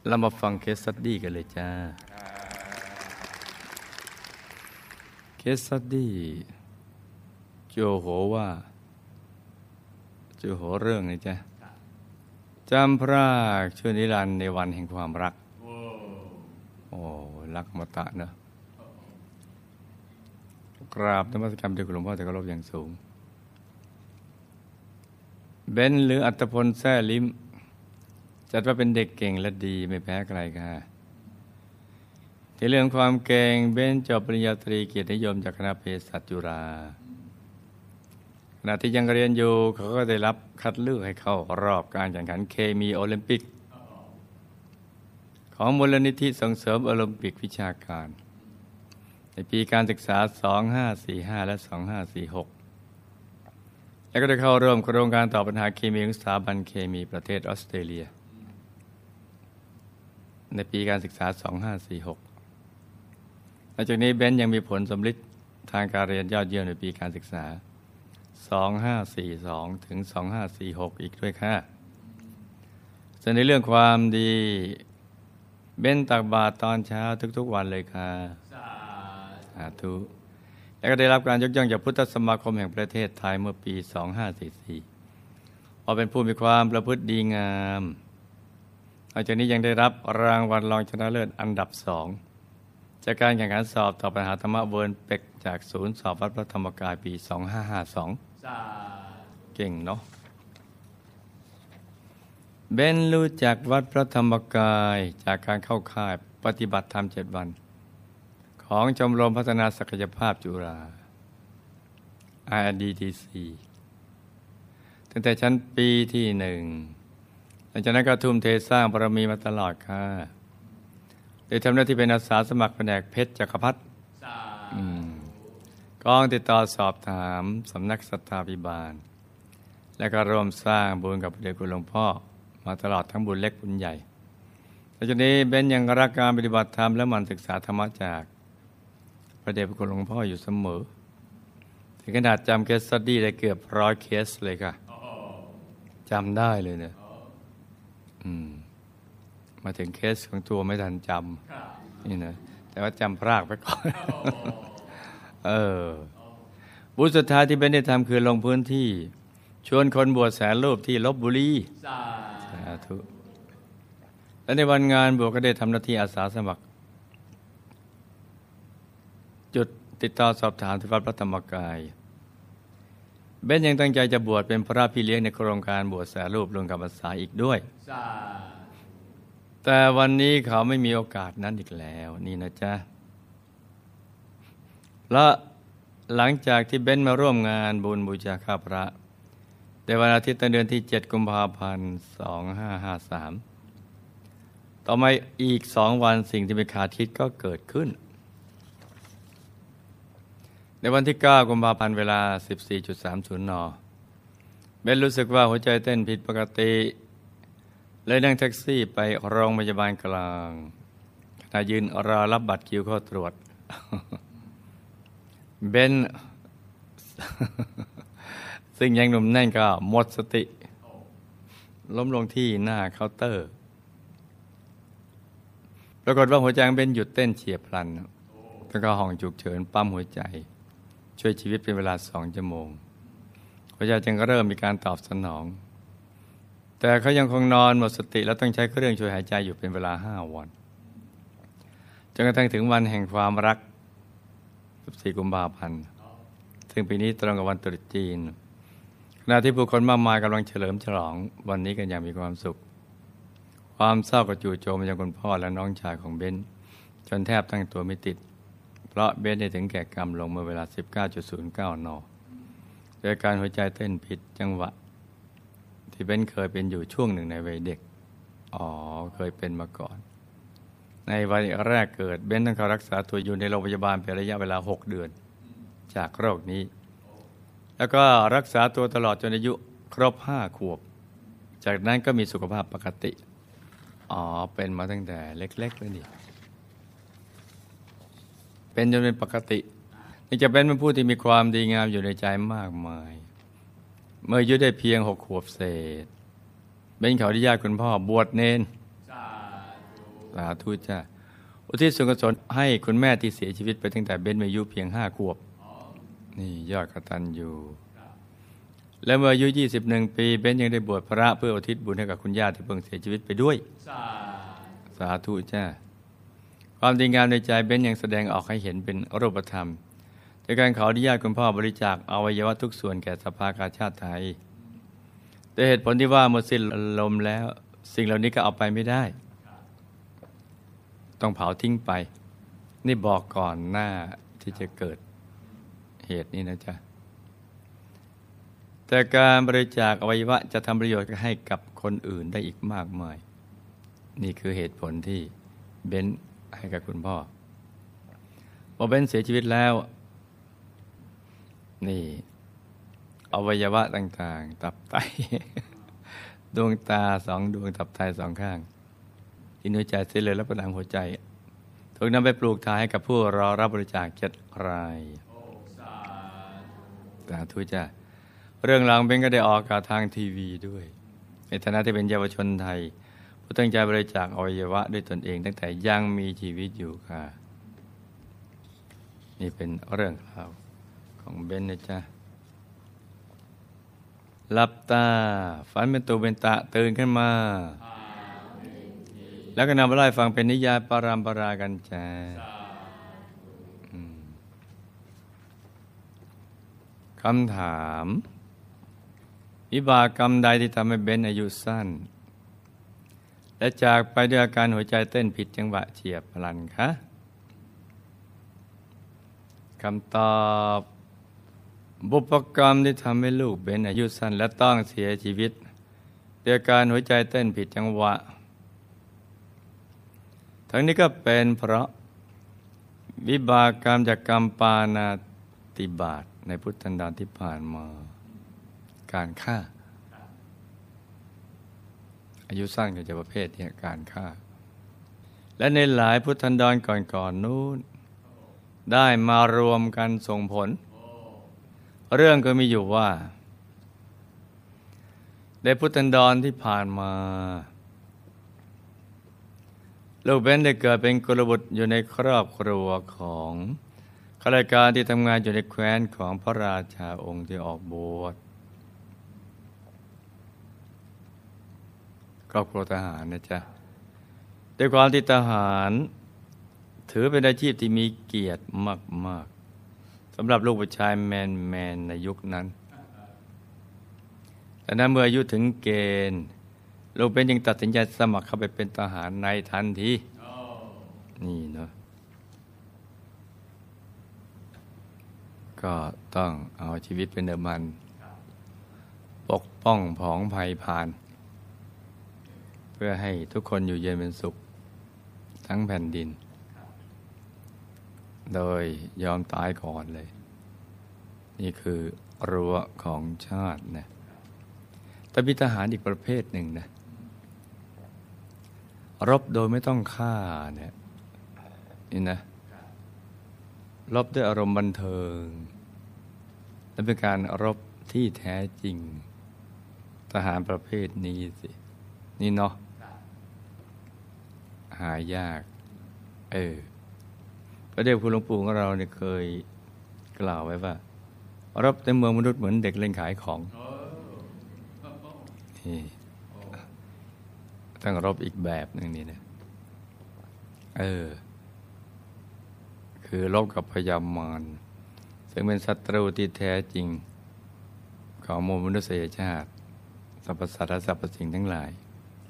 เรามาฟังเคสสตั๊ดดี้กันเลยจ้าเคสสตั๊ดดี้โจโหว่าโจโหเรื่องนี้จ้ะจำพรากชั่วนิรันดร์ในวันแห่งความรักโอ้รักมตะเนอะกราบนมัสการเด็กหลวงพ่อแต่เคารพอย่างสูงเบนหรืออัตพลแซ่ลิ้มจัดว่าเป็นเด็กเก่งและดีไม่แพ้ใครค่ะในเรื่องความเก่งเบนจบปริญญาตรีเกียรตินิยมจากคณะเภสัชจุฬาขณะที่ยังเรียนอยู่เขาก็ได้รับคัดเลือกให้เข้ารอบการแข่งขันเคมีโอลิมปิกของมูลนิธิส่งเสริมโอลิมปิกวิชาการในปีการศึกษา 2545 และ 2546 และก็ได้เข้าร่วมโครงการตอบปัญหาเคมีของสถาบันเคมีประเทศออสเตรเลียในปีการศึกษา 2546 หลังจากนี้เบนยังมีผลสำลิดทางการเรียนยอดเยี่ยมในปีการศึกษา 2542 ถึง 2546 อีกด้วยค่ะส่วนในเรื่องความดีเบนตักบาตรตอนเช้าทุกๆวันเลยค่ะสาธุและก็ได้รับการยกย่องจากพุทธสมาคมแห่งประเทศไทยเมื่อปี 2544 ว่าเป็นผู้มีความประพฤติดีงามหลังจากนี้ยังได้รับรางวัลรองชนะเลิศอันดับ 2 จากการแข่งขันสอบตอบปัญหาธรรมะเวิร์นเป็กจากศูนย์สอบวัดพระธรรมกายปี 2552 เก่งเนาะเบนรู้จักวัดพระธรรมกายจากการเข้าค่ายปฏิบัติธรรม7 วันของชมรมพัฒนาศักยภาพจุฬา IRDTC ตั้งแต่ชั้นปีที่ 1 หลังจากนั้นก็ทุ่มเทสร้างบารมีมาตลอดค่ะโดยทำหน้าที่เป็นอาสาสมัครแผนกเพชรจักรพรรดิกองติดต่อสอบถามสำนักสัทธาภิบาลและก็ร่วมสร้างบุญกับพระเดชคุณหลวงพ่อมาตลอดทั้งบุญเล็กบุญใหญ่หลังจากนี้เบนยังรักการปฏิบัติธรรมและหมั่นศึกษาธรรมะจากพระเดชคุณหลวงพ่ออยู่เสมอถึงขนาดจำเคสสตั๊ดดี้ได้เกือบ100 เคสเลยค่ะจำได้เลยเนี่ยมาถึงเคสของตัวไม่ทันจำนี่นะแต่ว่าจำพรากไปก่อน บุญสุดท้ายที่เบนได้ทำคือลงพื้นที่ชวนคนบวชแสนรูปที่ลพบุรีสาธุและในวันงานบวชก็ได้ทำหน้าที่อาสาสมัครจุดติดต่อสอบถามที่วัดพระธรรมกายเบนยังตั้งใจจะบวชเป็นพระพี่เลี้ยงในโครงการบวชแสนรูปรวมกับภาษาอีกด้วยแต่วันนี้เขาไม่มีโอกาสนั้นอีกแล้วนี่นะจ๊ะและหลังจากที่เบนมาร่วมงานบุญบูชาข้าพระในวันอาทิตย์ต้นเดือนที่ 7 กุมภาพันธ์ 2553 ต่อมาอีก 2 วันสิ่งที่ไม่คาดคิดก็เกิดขึ้นในวันที่ 9 กุมภาพันธ์เวลา 14.30 น.เบนรู้สึกว่าหัวใจเต้นผิดปกติเลยนั่งแท็กซี่ไปโรงพยาบาลกลางขณะยืนรอรับบัตรคิวเข้าตรวจ เบน ซึ่งยังหนุ่มแน่นก็หมดสติล้มลงที่หน้าเคาน์เตอร์ปรากฏว่าหัวใจของเบนหยุดเต้นเฉียบพลันแล้วก็ห้องฉุกเฉินปั๊มหัวใจช่วยชีวิตเป็นเวลา 2 ชั่วโมงหัวใจจึงเริ่มมีการตอบสนองแต่เขายังคงนอนหมดสติและต้องใช้เครื่องช่วยหายใจอยู่เป็นเวลา 5 วันจนกระทั่งถึงวันแห่งความรัก 14 กุมภาพันธ์ซึ่งปีนี้ตรงกับวันตรุษจีนขณะที่ผู้คนมากมายกำลังเฉลิมฉลองวันนี้กันอย่างมีความสุขความเศร้าก็จู่โจมมายังคุณพ่อและน้องชายของเบนจนแทบตั้งตัวไม่ติดเพราะเบนได้ถึงแก่กรรมลงเมื่อเวลา 19.09 น.โดยการหัวใจเต้นผิดจังหวะที่เบนเคยเป็นอยู่ช่วงหนึ่งในวัยเด็กเคยเป็นมาก่อนในวัยแรกเกิดเบนต้องเข้ารักษาตัวอยู่ในโรงพยาบาลเป็นระยะเวลา 6 เดือนจากโรคนี้แล้วก็รักษาตัวตลอดจนอายุครบ 5 ขวบจากนั้นก็มีสุขภาพปกติเป็นมาตั้งแต่เล็กๆเลยนี่เป็นจนเป็นปกตินี่จะเป็นผู้ที่มีความดีงามอยู่ในใจมากมายเมื่ออายุได้เพียง 6 ขวบเศษเบนขออนุญาตคุณพ่อบวชเนนสาธุจ้าอุทิศส่วนกุศลให้คุณแม่ที่เสียชีวิตไปตั้งแต่เบนอายุเพียง5 ขวบนี่ยอดกตัญญูและเมื่ออายุ21 ปีเบนยังได้บวชพระเพื่ออุทิศบุญให้กับคุณย่าที่เพิ่งเสียชีวิตไปด้วยสาธุจ้าความดีงามในใจเบนยังแสดงออกให้เห็นเป็นรูปธรรมโดยการขออนุญาตคุณพ่อบริจาคอวัยวะทุกส่วนแก่สภากาชาดไทยโดยเหตุผลที่ว่าเมื่อสิ้นลมแล้วสิ่งเหล่านี้ก็เอาไปไม่ได้ต้องเผาทิ้งไปนี่บอกก่อนหน้าที่จะเกิดเหตุนี้นะจ๊ะแต่การบริจาคอวัยวะจะทำประโยชน์ให้กับคนอื่นได้อีกมากมายนี่คือเหตุผลที่เบนให้กับคุณพ่อพอเบนเสียชีวิตแล้วนี่อวัยวะต่างๆตับไต ดวงตา2 ดวงตับไต2 ข้างที่หัวใจเส้นเลือดและผนังหัวใจถูกนำไปปลูกถ่ายให้กับผู้รอรับบริจาค7 รายสาธุจ้าเรื่องราวเบนก็ได้ออกอากาศทางทีวีด้วยในฐานะที่เป็นเยาวชนไทยผู้ตั้งใจบริจาคอวัยวะด้วยตนเองตั้งแต่ยังมีชีวิตอยู่ค่ะนี่เป็นเรื่องราวของเบนนะจ๊ะหลับตาฝันเป็นตูเป็นตะตื่นขึ้นมาแล้วก็นำมาไล่ฟังเป็นนิยายปรามปรากันจ้าคำถามวิบากกรรมใดที่ทำให้เบนอายุสั้นและจากไปด้วยอาการหัวใจเต้นผิดจังหวะเฉียบพลันคะคำตอบบุพกรรมที่ทำให้ลูกเบนอายุสั้นและต้องเสียชีวิตด้วยอาการหัวใจเต้นผิดจังหวะทั้งนี้ก็เป็นเพราะวิบากกรรมจากกรรมปาณาติบาตในพุทธันดรที่ผ่านมาการฆ่าอายุสั้นก็จะประเภทนี้การฆ่าและในหลายพุทธันดรก่อนนู้นได้มารวมกันส่งผลเรื่องก็มีอยู่ว่าในพุทธันดรที่ผ่านมาลูกเบนได้เกิดเป็นกุลบุตรอยู่ในครอบครัวของข้าราชการที่ทำงานอยู่ในแคว้นของพระราชาองค์ที่ออกบวชครอบครัวทหารนะจ๊ะด้วยความที่ทหารถือเป็นอาชีพที่มีเกียรติมากๆสำหรับลูกผู้ชายแมนในยุคนั้นแต่นั้นเมื่ออายุถึงเกณฑ์ลูกเป็นยังตัดสินใจสมัครเข้าไปเป็นทหารในทันทีนี่เนาะก็ต้องเอาชีวิตเป็นเดิมพันปกป้องผองภัยพานเพื่อให้ทุกคนอยู่เย็นเป็นสุขทั้งแผ่นดินโดยยอมตายก่อนเลยนี่คือรั้วของชาตินะแต่มีทหารอีกประเภทหนึ่งนะรบโดยไม่ต้องฆ่าเนี่ยนี่นะรบด้วยอารมณ์บันเทิงและเป็นการรบที่แท้จริงทหารประเภทนี้สินี่เนาะหายากพระเดชคุณหลวงปู่ของเราเนี่ยเคยกล่าวไว้ว่ารบในเมืองมนุษย์เหมือนเด็กเล่นขายของนี่ต้องรบอีกแบบหนึ่งนี่นะคือรบกับพยามารซึ่งเป็นศัตรูที่แท้จริงของมวลมนุษยชาติสรรพสัตว์และสรรพสิ่งทั้งหลาย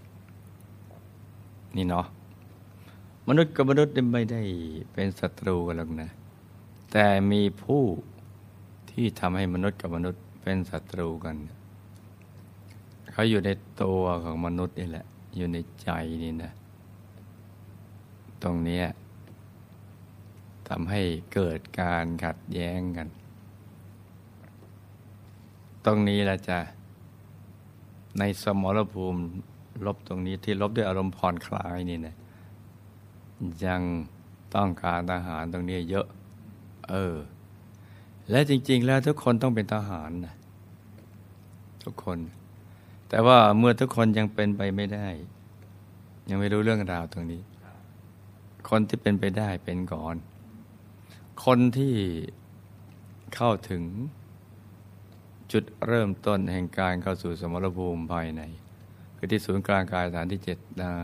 นี่เนาะมนุษย์กับมนุษย์ไม่ได้เป็นศัตรูกันหรอกนะแต่มีผู้ที่ทำให้มนุษย์กับมนุษย์เป็นศัตรูกันเขาอยู่ในตัวของมนุษย์นี่แหละอยู่ในใจนี่นะตรงนี้ทำให้เกิดการขัดแย้งกันตรงนี้ละจ้ะในสมรภูมิลบตรงนี้ที่ลบด้วยอารมณ์ผ่อนคลายนี่นะยังต้องการทหารตรงนี้เยอะและจริงๆแล้วทุกคนต้องเป็นทหารนะทุกคนแต่ว่าเมื่อทุกคนยังเป็นไปไม่ได้ยังไม่รู้เรื่องราวตรงนี้คนที่เป็นไปได้เป็นก่อน คนที่เข้าถึงจุดเริ่มต้นแห่งการเข้าสู่สมรภูมิภายในคือที่ศูนย์กลางกายฐานที่ 7ได้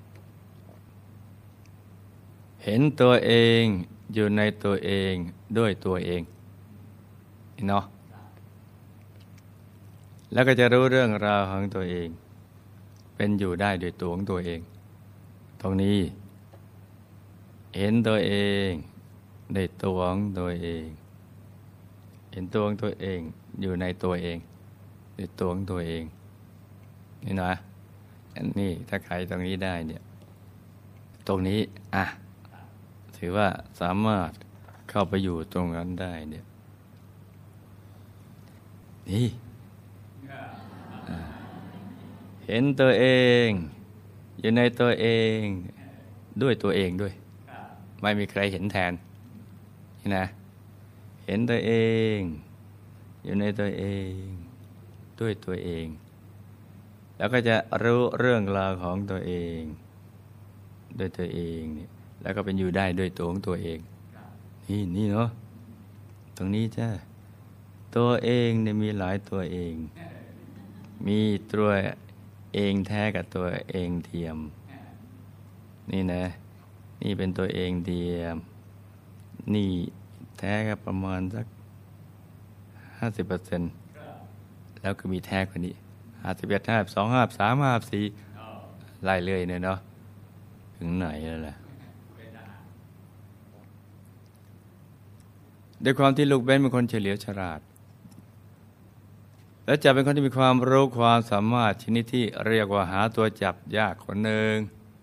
เห็นตัวเองอยู่ในตัวเองด้วยตัวเองเนาะแล้วก็จะรู้เรื่องราวของตัวเองเป็นอยู่ได้ด้วยตัวของตัวเองตรงนี้เห็นตัวเองในตัวของตัวเองเห็นตัวของตัวเองอยู่ในตัวเองในตัวของตัวเองนี่นะอันนี้ถ้าใครตรงนี้ได้เนี่ยตรงนี้ถือว่าสามารถเข้าไปอยู่ตรงนั้นได้เนี่ยนี่เห็นตัวเองอยู่ในตัวเองด้วยตัวเองด้วยไม่มีใครเห็นแทนนี่นะเห็นตัวเองอยู่ในตัวเองด้วยตัวเองแล้วก็จะรู้เรื่องราวของตัวเองด้วยตัวเองเนี่ยแล้วก็เป็นอยู่ได้ด้วยตัวของตัวเองนี่เนาะตรงนี้จ้ะตัวเองเนี่ยมีหลายตัวเองมีตัวเองแท้กับตัวเองเทียมนี่นะนี่เป็นตัวเองเทียมนี่แท้ก็ประมาณสัก 50% แล้วก็มีแท้กว่านี้51 52 53 54ไล่เรื่อยเนาะถึงไหนแล้วล่ะด้วยความที่ลูกเบ้นเป็นคนเฉลียวฉลาดและจะเป็นคนที่มีความรู้ความสามารถชนิดที่เรียกว่าหาตัวจับยากคนหนึ่ง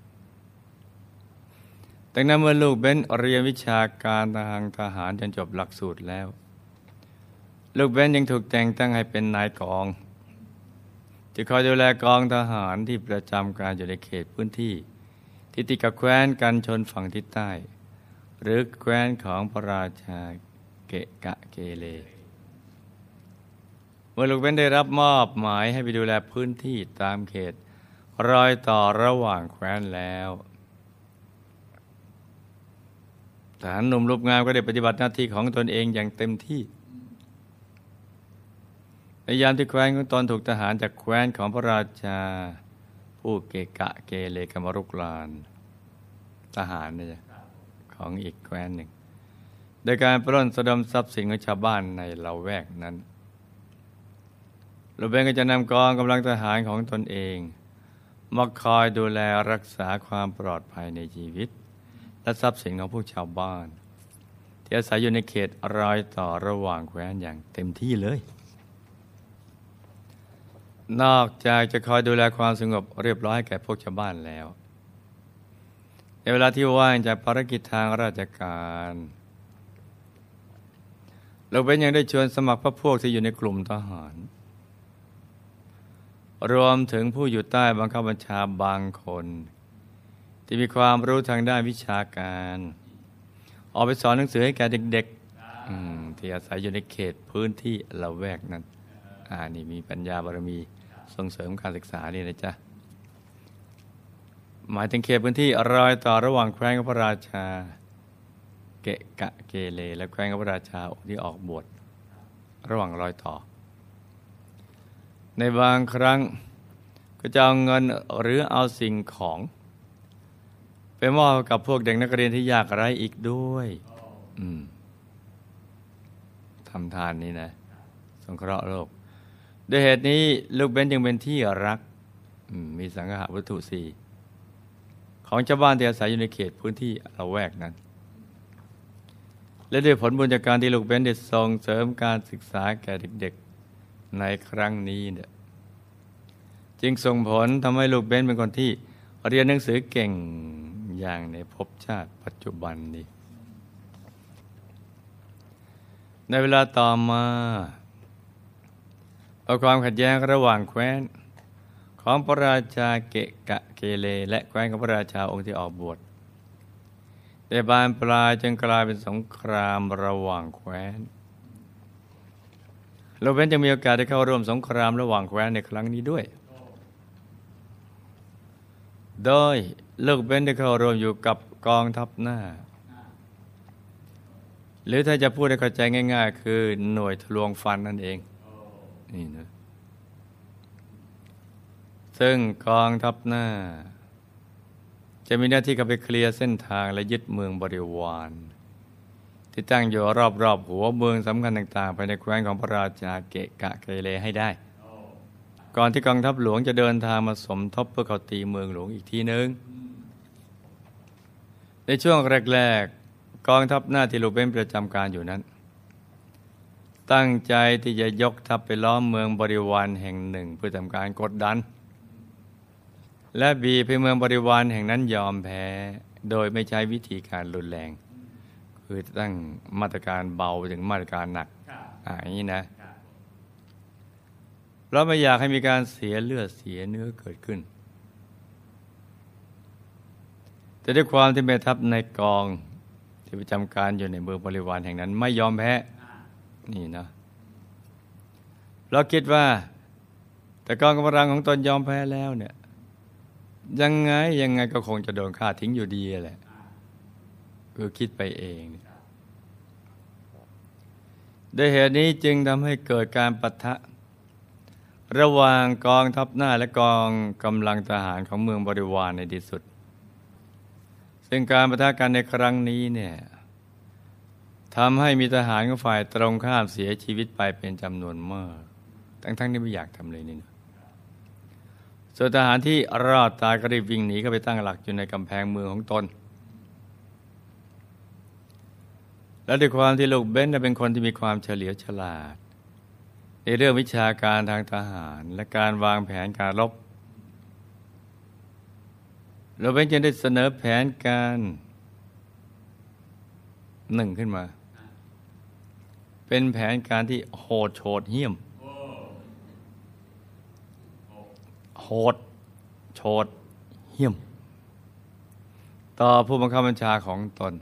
ดังนั้นเมื่อลูกเบ้นเรียนวิชาการทางทหารจนจบหลักสูตรแล้วลูกเบ้นยังถูกแต่งตั้งให้เป็นนายกองจะคอยดูแลกองทหารที่ประจำการอยู่ในเขตพื้นที่ที่ติดกับแคว้นกันชนฝั่งทิศใต้หรือแคว้นของพระราชาเกะกะเกเลเมื่อลูกเบ้นได้รับมอบหมายให้ไปดูแลพื้นที่ตามเขตรอยต่อระหว่างแคว้นแล้วทหารหนุ่มรูปงามก็ได้ปฏิบัติหน้าที่ของตนเองอย่างเต็มที่ในยามที่แคว้นของตนถูกทหารจากแคว้นของพระราชาผู้เกะกะเกเรกำรุกรานทหารเนี่ยของอีกแคว้นหนึ่งโดยการปล้นสะดมทรัพย์สินของชาวบ้านในละแวกนั้นลูกเบ้นก็จะนำกองกำลังทหารของตนเองมาคอยดูแลรักษาความปลอดภัยในชีวิตและทรัพย์สินของผู้ชาวบ้านที่อาศัยอยู่ในเขตรอยต่อระหว่างแคว้นอย่างเต็มที่เลยนอกจากจะคอยดูแลความสงบเรียบร้อยแก่พวกชาวบ้านแล้วในเวลาที่ว่างจากภารกิจทางราชการลูกเบ้นยังได้ชวนสมัครพรรคพวกที่อยู่ในกลุ่มทหารรวมถึงผู้อยู่ใต้บังคับบัญชาบางคนที่มีความรู้ทางด้านวิชาการออกไปสอนหนังสือให้แก่เด็กๆที่อาศัยอยู่ในเขตพื้นที่ละแวกนั้นนี่มีปัญญาบารมีส่งเสริมการศึกษานี่นะจ๊ะหมายถึงเขตพื้นที่รอยต่อระหว่างแคว้นของพระราชาเกะกะเกเรและแคว้นของพระราชาที่ออกบวชระหว่างรอยต่อในบางครั้งก็จะเอาเงินหรือเอาสิ่งของไปมอบกับพวกเด็กนักเรียนที่ยากไร้อีกด้วยทำทานนี่นะสงเคราะห์โลกด้วยเหตุนี้ลูกเบ้นจึงเป็นที่รักมีสังฆวัตถุ4ของชาวบ้านที่อาศัยอยู่ในเขตพื้นที่ละแวกนั้นและด้วยผลบุญจากการที่ลูกเบ้นได้ส่งเสริมการศึกษาแก่เด็กๆในครั้งนี้เนี่ยจึงส่งผลทำให้ลูกเบ้นเป็นคนที่เรียนหนังสือเก่งอย่างในภพชาติปัจจุบันนี้ในเวลาต่อมาความขัดแย้งระหว่างแคว้นของพระราชาเกะกะเกเรและแคว้นของพระราชาองค์ที่ออกบวชได้บานปลายจนกลายเป็นสงครามระหว่างแคว้นลูกเบ้นจะมีโอกาสได้เข้าร่วมสงครามระหว่างแคว้นในครั้งนี้ด้วยโดยลูกเบ้นได้เข้าร่วมอยู่กับกองทัพหน้า หรือถ้าจะพูดให้เข้าใจง่ายๆคือหน่วยทะลวงฟันนั่นเองนี่นะซึ่งกองทัพหน้าจะมีหน้าที่เข้าไปเคลียร์เส้นทางและยึดเมืองบริวารที่ตั้งอยู่รอบๆหัวเมืองสำคัญต่างๆภายในแคว้นของพระราชาเกะกะเกเรให้ได้ก่อนที่กองทัพหลวงจะเดินทางมาสมทบเพื่อเข้าตีเมืองหลวงอีกทีนึงในช่วงแรกๆกองทัพหน้าที่ลูกเบ้นประจำการอยู่นั้นตั้งใจที่จะยกทัพไปล้อมเมืองบริวารแห่งหนึ่งเพื่อทำการกดดันและบีบให้เมืองบริวารแห่งนั้นยอมแพ้โดยไม่ใช้วิธีการรุนแรงคือตั้งมาตรการเบาถึงมาตรการหนักอย่างนี้นะเราไม่อยากให้มีการเสียเลือดเสียเนื้อเกิดขึ้นแต่ด้วยความที่แม่ทัพในกองที่ประจำการอยู่ในเมืองบริวารแห่งนั้นไม่ยอมแพ้นี่นะเราคิดว่าแต่กองกำลังของตนยอมแพ้แล้วเนี่ยยังไงก็คงจะโดนฆ่าทิ้งอยู่ดีแหละคือคิดไปเองด้วยเหตุนี้จึงทำให้เกิดการปะทะระหว่างกองทัพหน้าและกองกำลังทหารของเมืองบริวารในที่สุดซึ่งการปะทะกันในครั้งนี้เนี่ยทำให้มีทหารของฝ่ายตรงข้ามเสียชีวิตไปเป็นจำนวนมากทั้งที่ไม่อยากทำเลยนี่นะส่วนทหารที่รอดตายก็รีบวิ่งหนีเข้าไปตั้งหลักอยู่ในกำแพงเมืองของตนและด้วยความที่ลูกเบ้นเป็นคนที่มีความเฉลียวฉลาดในเรื่องวิชาการทางทหารและการวางแผนการรบลูกเบ้นจึงได้เสนอแผนการหนึ่งขึ้นมาเป็นแผนการที่โหดเหี้ยมโหดเหี้ยมต่อผู้บังคับบัญชาของตน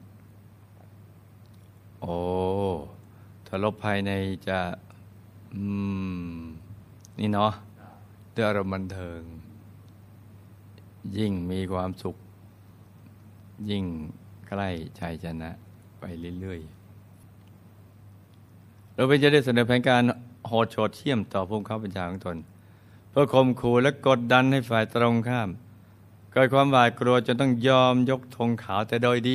ถ้าลบภายในจะนี่เนาะด้วยอารมณ์บันเทิงยิ่งมีความสุขยิ่งใกล้ชัยชนะไปเรื่อยๆเราจะได้เสนอแผนการโหดเหี้ยมต่อผู้บังคับบัญชาของตนเพื่อข่มขู่และกดดันให้ฝ่ายตรงข้ามเกิดความหวาดกลัวจนต้องยอมยกธงขาวแต่โดยดี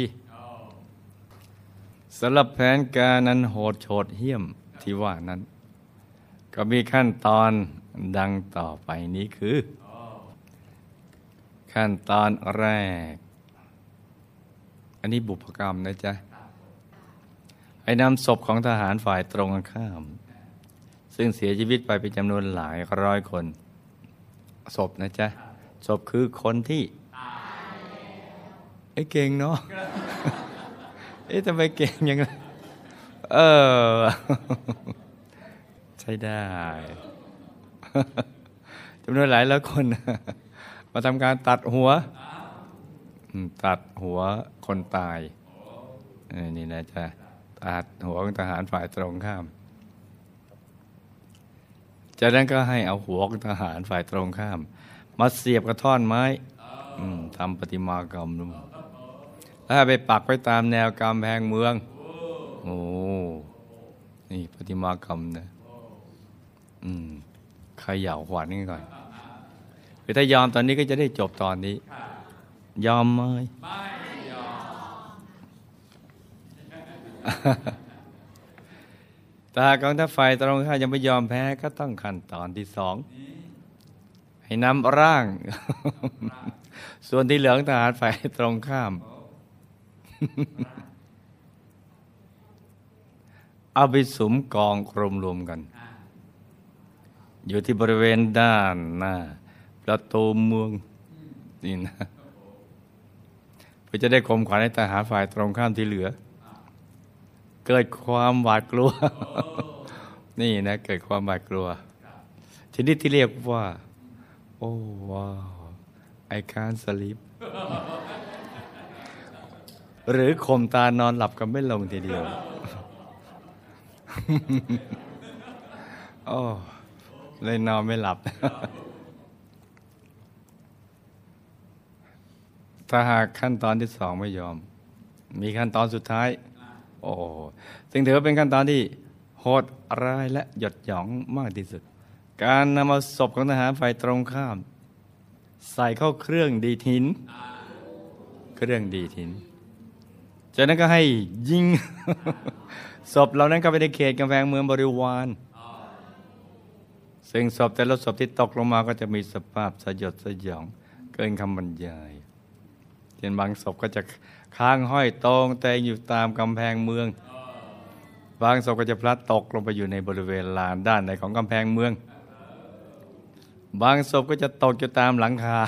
สำหรับแผนการนั้นโหดเหี้ยมที่ว่านั้นก็มีขั้นตอนดังต่อไปนี้คือขั้นตอนแรกอันนี้บุพกรรมนะจ๊ะให้นำศพของทหารฝ่ายตรงข้ามซึ่งเสียชีวิตไปเป็นจำนวนหลายร้อยคนศพนะจ๊ะศพคือคนที่เก่งเนาะทำไมเก่งอย่างนั้นใช่ได้จำนวนหลายร้อยคนมาทำการตัดหัวคนตายนี่นะจ๊ะตัดหัวของทหารฝ่ายตรงข้ามจากนั้นก็ให้เอาหัวของทหารฝ่ายตรงข้ามมาเสียบกับท่อนไม้ทำประติมากรรมแล้วไปปักไว้ตามแนวกำแพงเมืองนี่ประติมากรรมนะเขย่าขวานนี่ก่อนคือถ้ายอมตอนนี้ก็จะได้จบตอนนี้ยอมไหมไม่ยอมแต่หากกองทัพฝ่ายตรงข้ามยังไม่ยอมแพ้ก็ต้องขั้นตอนที่ให้นำร่าง ส่วนที่เหลืองทหารฝ่ายตรงข้าม เอาไปสุมกองรวมกันอยู่ที่บริเวณด้านหน้าประตูเมืองนี่นะเพื่อจะได้ข่มขวัญให้ทหารฝ่ายตรงข้ามที่เหลือเกิดความหวาดกลัว นี่นะเกิดความหวาดกลัวชนิดที่เรียกว่าโอ้ว้าว I can't sleep หรือข่มตานอนหลับกันไม่ลงทีเดียว โอ้เลยนอนไม่หลับ ทถ้าหากขั้นตอนที่สองไม่ยอมมีขั้นตอนสุดท้ายโอ้ซึ่งถือว่าเป็นขั้นตอนที่โหดร้ายและหยดหยองมากที่สุดการนำเอาศพของทหารฝ่ายตรงข้ามใส่เข้าเครื่องดีดหินเครื่องดีดหินจากนั้นก็ให้ยิง ศพเหล่านั้นเข้าไปในเขตกำแพงเมืองบริวารซึ่งศพแต่ละศพที่ตกลงมาก็จะมีสภาพสยดสยองเกินคำบรรยายเช่นบางศพก็จะค้างห้อยตรงแต่อยู่ตามกำแพงเมืองบางศพก็จะพลัดตกลงไปอยู่ในบริเวณลานด้านในของกำแพงเมืองบางศพก็จะตกอยู่ตามหลังคา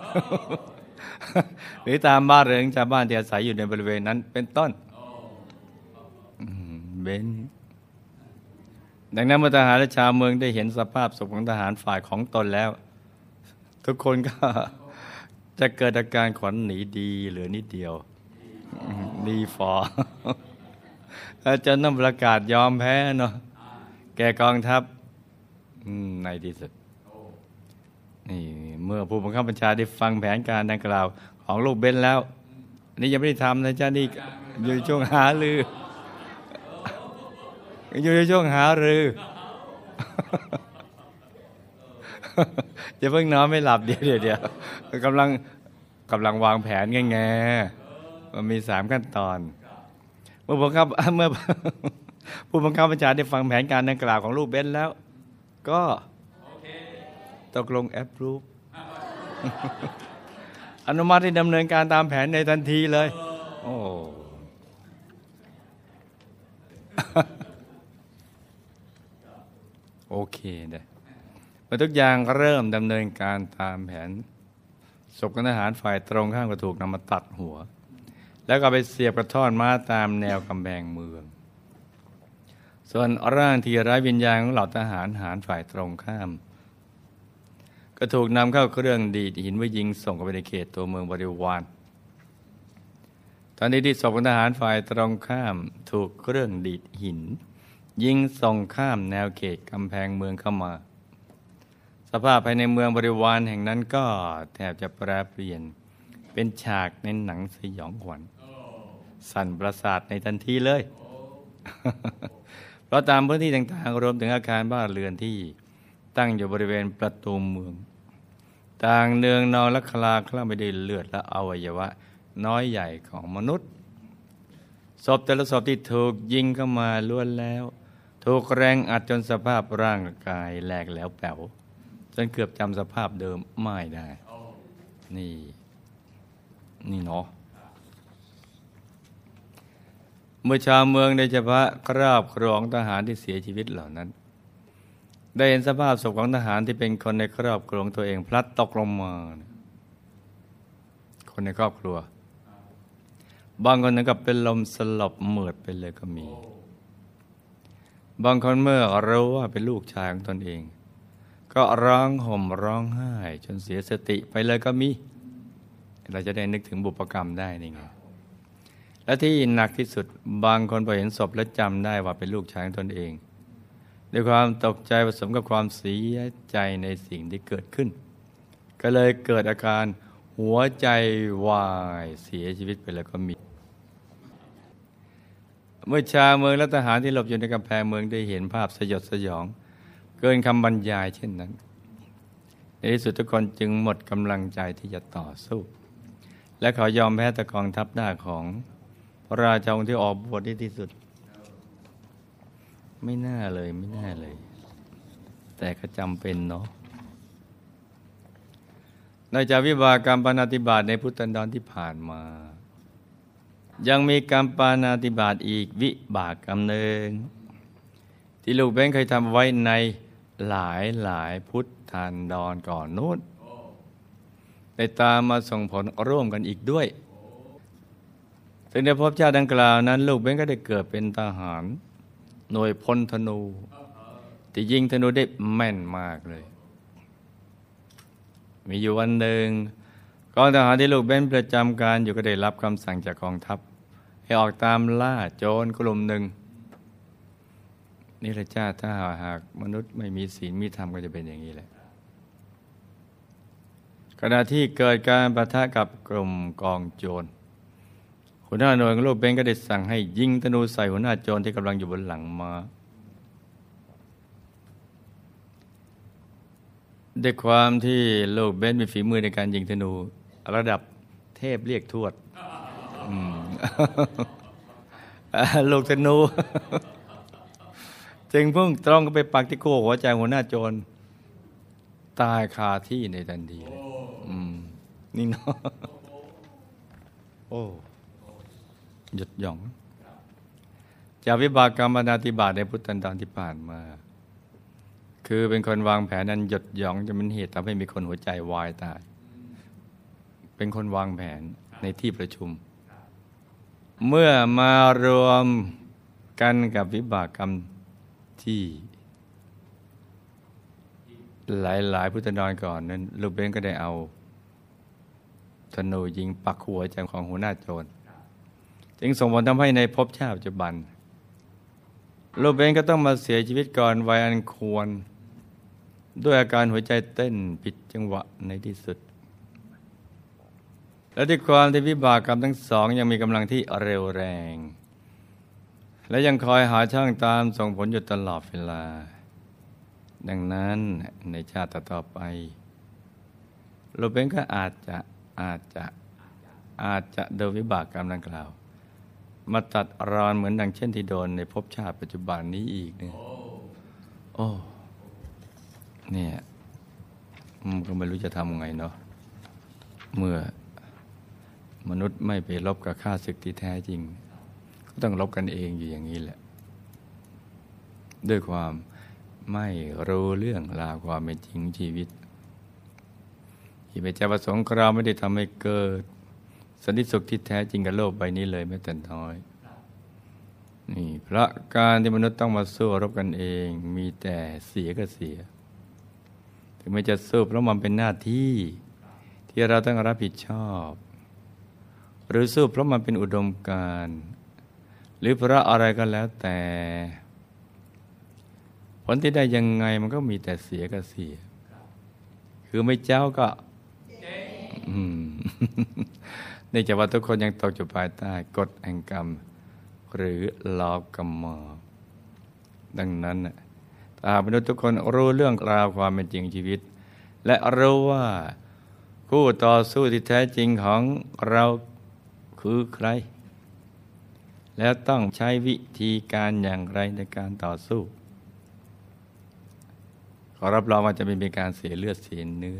หรือตามบ้านเรือนชาวบ้านที่อาศัยอยู่ในบริเวณนั้นเป็นต้นเบนดังนั้นเมื่อทหารและชาวเมืองได้เห็นสภาพศพของทหารฝ่ายของตนแล้วทุกคนก็จะเกิดอาการขวัญหนีดีเหลือนิดเดียวดีฟอแล้วจนต้องประกาศยอมแพ้เนาะแก่กองทัพในที่สุดนี่เมื่อผู้บังคับบัญชาได้ฟังแผนการดังกล่าวของลูกเบนแล้วนี่ยังไม่ได้ทำนะจ๊ะนี่อยู่ในช่วงหารืออยู่ในช่วงหารืออย่าเพิ่งนอนไม่หลับเดี๋ยวกำลังวางแผนไงมันมี3 ขั้นตอนเมื่อผู้บังคับบัญชาได้ฟังแผนการดังกล่าวของลูกเบนแล้วก็ตกลงแอปรูป อนุมัติให้ดำเนินการตามแผนในทันทีเลยโอ้ โอเคเลยเมื่อทุกอย่างเริ่มดำเนินการตามแผนศพของทหารฝ่ายตรงข้ามก็ถูกนำมาตัดหัวแล้วก็ไปเสียบกระท่อนม้าตามแนวกำแพงเมืองส่วนร่างที่ไร้วิญญาณของเหล่าทหารฝ่ายตรงข้ามก็ถูกนำเข้าเครื่องดีดหินไว้ยิงส่งเข้าไปในเขตตัวเมืองบริวารตอนนี้ที่ศพของทหารฝ่ายตรงข้ามถูกเครื่องดีดหินยิงส่งข้ามแนวเขตกำแพงเมืองเข้ามาสภาพภายในเมืองบริวารแห่งนั้นก็แทบจะแปรเปลี่ยนเป็นฉากในหนังสยองขวัญสั่นประสาทในทันทีเลย เพราะตามพื้นที่ต่างๆรวมถึงอาคารบ้านเรือนที่ตั้งอยู่บริเวณประตูเมืองต่างเนืองนองและคลาคล่ำไปด้วยเลือดและอวัยวะน้อยใหญ่ของมนุษย์ศพแต่ละศพที่ถูกยิงเข้ามาล้วนแล้วถูกแรงอัดจนสภาพร่างกายแหลกแล้วแป๋วจนเกือบจำสภาพเดิมไม่ได้นี่เนาะเมื่อชาวเมืองโดยเฉพาะครอบครัวของทหารที่เสียชีวิตเหล่านั้นได้เห็นสภาพศพของทหารที่เป็นคนในครอบครัวของตัวเองพลัดตกลงมาคนในครอบครัวบางคนถึงกับเป็นลมสลบเหมือดไปเลยก็มีบางคนเมื่อรู้ว่าเป็นลูกชายของตนเองก็ร้องห่มร้องไห้จนเสียสติไปเลยก็มีเราจะได้นึกถึงบุพกรรมได้นี่ไงและที่หนักที่สุดบางคนพอเห็นศพแล้วจำได้ว่าเป็นลูกชายของตนเองด้วยความตกใจผสมกับความเสียใจในสิ่งที่เกิดขึ้นก็เลยเกิดอาการหัวใจวายเสียชีวิตไปแล้วก็มีเมื่อชาวเมืองและทหารที่หลบอยู่ในกำแพงเมืองได้เห็นภาพสยดสยองเกินคำบรรยายเช่นนั้นในที่สุดทุกคนจึงหมดกำลังใจที่จะต่อสู้และเขายอมแพ้ต่อกองทัพหน้าของพระราชาองค์ที่ออกบวชที่สุดไม่น่าเลยแต่ก็จำเป็นเนาะนอกจากวิบากกรรมปาณาติบาตในพุทธันดรที่ผ่านมายังมีกรรมปาณาติบาตอีกวิบากกรรมหนึ่งที่ลูกเบ้นเคยทำไว้ในหลายพุทธันดรก่อนนู้นได้ตามมาส่งผลร่วมกันอีกด้วยถึงในภพชาติดังกล่าวนั้นลูกเบ้นก็ได้เกิดเป็นทหารหน่วยพลธนูที่ยิงธนูได้แม่นมากเลยมีอยู่วันหนึ่งกองทหารที่ลูกเบ้นประจำการอยู่ก็ได้รับคำสั่งจากกองทัพให้ออกตามล่าโจรกลุ่มหนึ่งนี่แหละจ้าถ้าหากมนุษย์ไม่มีศีลมีธรรมก็จะเป็นอย่างนี้แหละขณะที่เกิดการปะทะกับกลุ่มกองโจรหัวหน้าหน่วยของลูกเบนก็ได้สั่งให้ยิงธนูใส่หัวหน้าโจรที่กำลังอยู่บนหลังม้าด้วยความที่ลูกเบนมีฝีมือในการยิงธนูระดับเทพเรียกทวด ลูกธนู จึงพุ่งตรงก็ไปปักที่โก้หัวใจหัวหน้าโจรตายคาที่ในทันทีเลยนี่เนาะโอ้หยุดหย่องจากวิบากกรรมอนาติบาตในพุทธันดรที่ผ่านมาคือเป็นคนวางแผนนั้นหยุดหย่องจะเป็นเหตุทำให้มีคนหัวใจวายตายเป็นคนวางแผนในที่ประชุมเมื่อมารวมกันกับวิบากกรรมที่หลายพุทธันดรก่อนนั้นลูกเบนก็ได้เอาธนูยิงปักหัวใจของหัวหน้าโจรจึงส่งผลทำให้ในภพชาติปัจจุบันลูกเบนก็ต้องมาเสียชีวิตก่อนวัยอันควรด้วยอาการหัวใจเต้นผิดจังหวะในที่สุดและด้วยความที่วิบากกรรมทั้งสองยังมีกำลังที่เร็วแรงและยังคอยหาช่างตามส่งผลอยู่ตลอดเวลาดังนั้นในชาติต่อไปลูกเบนก็อาจจะโดนวิบากกรรมดังกล่าวมาตัดรอนเหมือนดังเช่นที่โดนในภพชาติปัจจุบันนี้อีกเนี่ยโอ้เนี่ยก็ไม่รู้จะทำไงเนาะเมื่อมนุษย์ไม่ไปรบกับข้าศึกที่แท้จริงก็ต้องรบกันเองอยู่อย่างนี้แหละด้วยความไม่รู้เรื่องราวความเป็นจริงชีวิตที่พระเจ้าประสงค์เราไม่ได้ทำให้เกิดสันติสุขที่แท้จริงกับโลกใบนี้เลยแม้แต่น้อยนี่เพราะการที่มนุษย์ต้องมาสู้รบกันเองมีแต่เสียก็เสียถึงแม้จะสู้เพราะมันเป็นหน้าที่ที่เราต้องรับผิดชอบหรือสู้เพราะมันเป็นอุดมการณ์หรือเพราะอะไรก็แล้วแต่ผลที่ได้ยังไงมันก็มีแต่เสียก็เสียคือไม่เจ้าก็เนื่องจากว่าทุกคนยังตกอยู่ภายใต้กฎแห่งกรรมหรือลอกรรมดังนั้นถ้ามนุษย์ทุกคนรู้เรื่องราวความเป็นจริงชีวิตและรู้ว่าคู่ต่อสู้ที่แท้จริงของเราคือใครแล้วต้องใช้วิธีการอย่างไรในการต่อสู้ขอรับรองว่าจะไม่มีการเสียเลือดเสียเนื้อ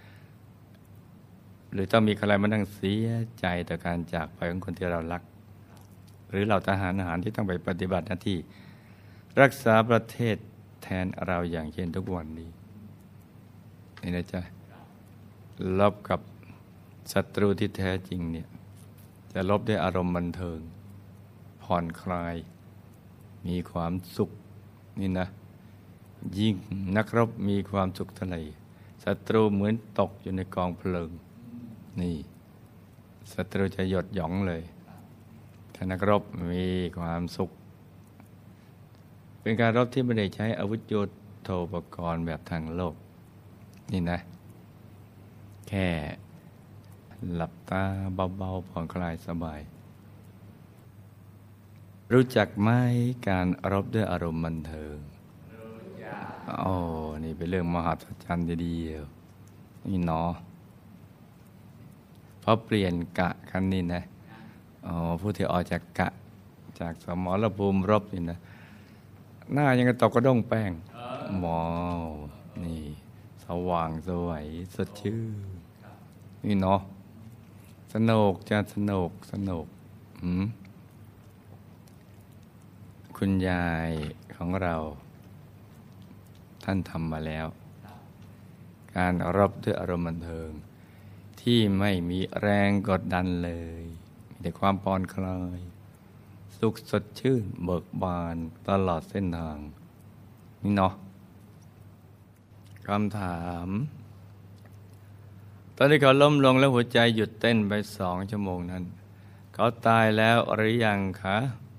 หรือต้องมีใครมานั่งเสียใจต่อการจากไปของคนที่เรารักหรือเราทหารที่ต้องไปปฏิบัติหน้าที่รักษาประเทศแทนเราอย่างเช่นทุกวันนี้นี่นะจ๊ะลบกับศัตรูที่แท้จริงเนี่ยจะลบด้วยอารมณ์บันเทิงผ่อนคลายมีความสุขนี่นะยิ่งนักรบมีความสุขเท่าไหร่ศัตรูเหมือนตกอยู่ในกองเพลิงนี่ศัตรูจะหยดหยองเลยถ้านักรบมีความสุขเป็นการรบที่ไม่ได้ใช้อาวุธยุทโธปกรณ์แบบทางโลกนี่นะแค่หลับตาเบาๆผ่อนคลายสบายรู้จักไหมการรบด้วยอารมณ์บันเทิงโอ้นี่เป็นเรื่องมหัศจรรย์ทีเดียวนี่เนาะเพราะเปลี่ยนกะกันนี่นะผู้ที่ออกจากกะจากสมรภูมิรบนี่นะหน้ายังกระตกกระด้งแป้งหมอนี่สว่างสวยสดชื่นนี่เนาะสนุกจะสนุกคุณยายของเราท่านทำมาแล้วการรบด้วยอารมณ์บันเทิงที่ไม่มีแรงกดดันเลยมีแต่ความผ่อนคลายสุขสดชื่นเบิกบานตลอดเส้นทางนี่เนาะคำถามตอนที่เขาล้มลงแล้วหัวใจหยุดเต้นไป2 ชั่วโมงนั้นเขาตายแล้วหรือยังคะ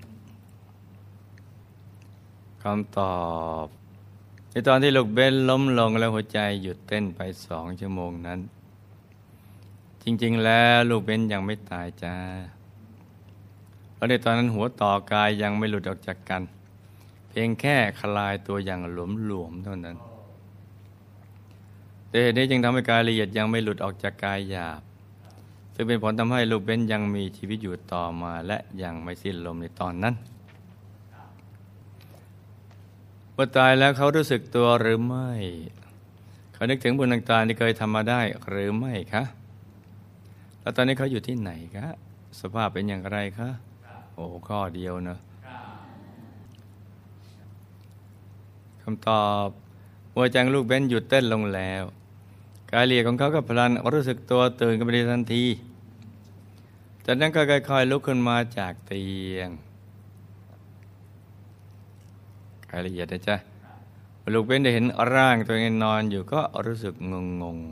คำตอบในตอนที่ลูกเบนล้มลงแล้วหัวใจหยุดเต้นไป2 ชั่วโมงนั้นจริงๆแล้วลูกเบ้นยังไม่ตายจ้าเพราะในตอนนั้นหัวต่อกายยังไม่หลุดออกจากกันเพียงแค่คลายตัวอย่างหลวมๆเท่านั้นแต่เหตุนี้จึงทำให้กายละเอียดยังไม่หลุดออกจากกายหยาบซึ่งเป็นผลทำให้ลูกเบ้นยังมีชีวิตอยู่ต่อมาและยังไม่สิ้นลมในตอนนั้นเมื่อตายแล้วเขารู้สึกตัวหรือไม่เขานึกถึงบุญต่างๆที่เคยทำมาได้หรือไม่คะแล้วตอนนี้เขาอยู่ที่ไหนคะสภาพเป็นอย่างไรคะโอ้ข้อเดียวเนอะคำตอบหัวใจลูกเบ้นหยุดเต้นลงแล้วกายละเอียดของเขาก็พลันรู้สึกตัวตื่นขึ้นมาทันทีจากนั้นก็ค่อยๆลุกขึ้นมาจากเตียงกายละเอียดนะจ๊ะลูกเบ้นได้เห็นร่างตัวเองนอนอยู่ก็รู้สึกงง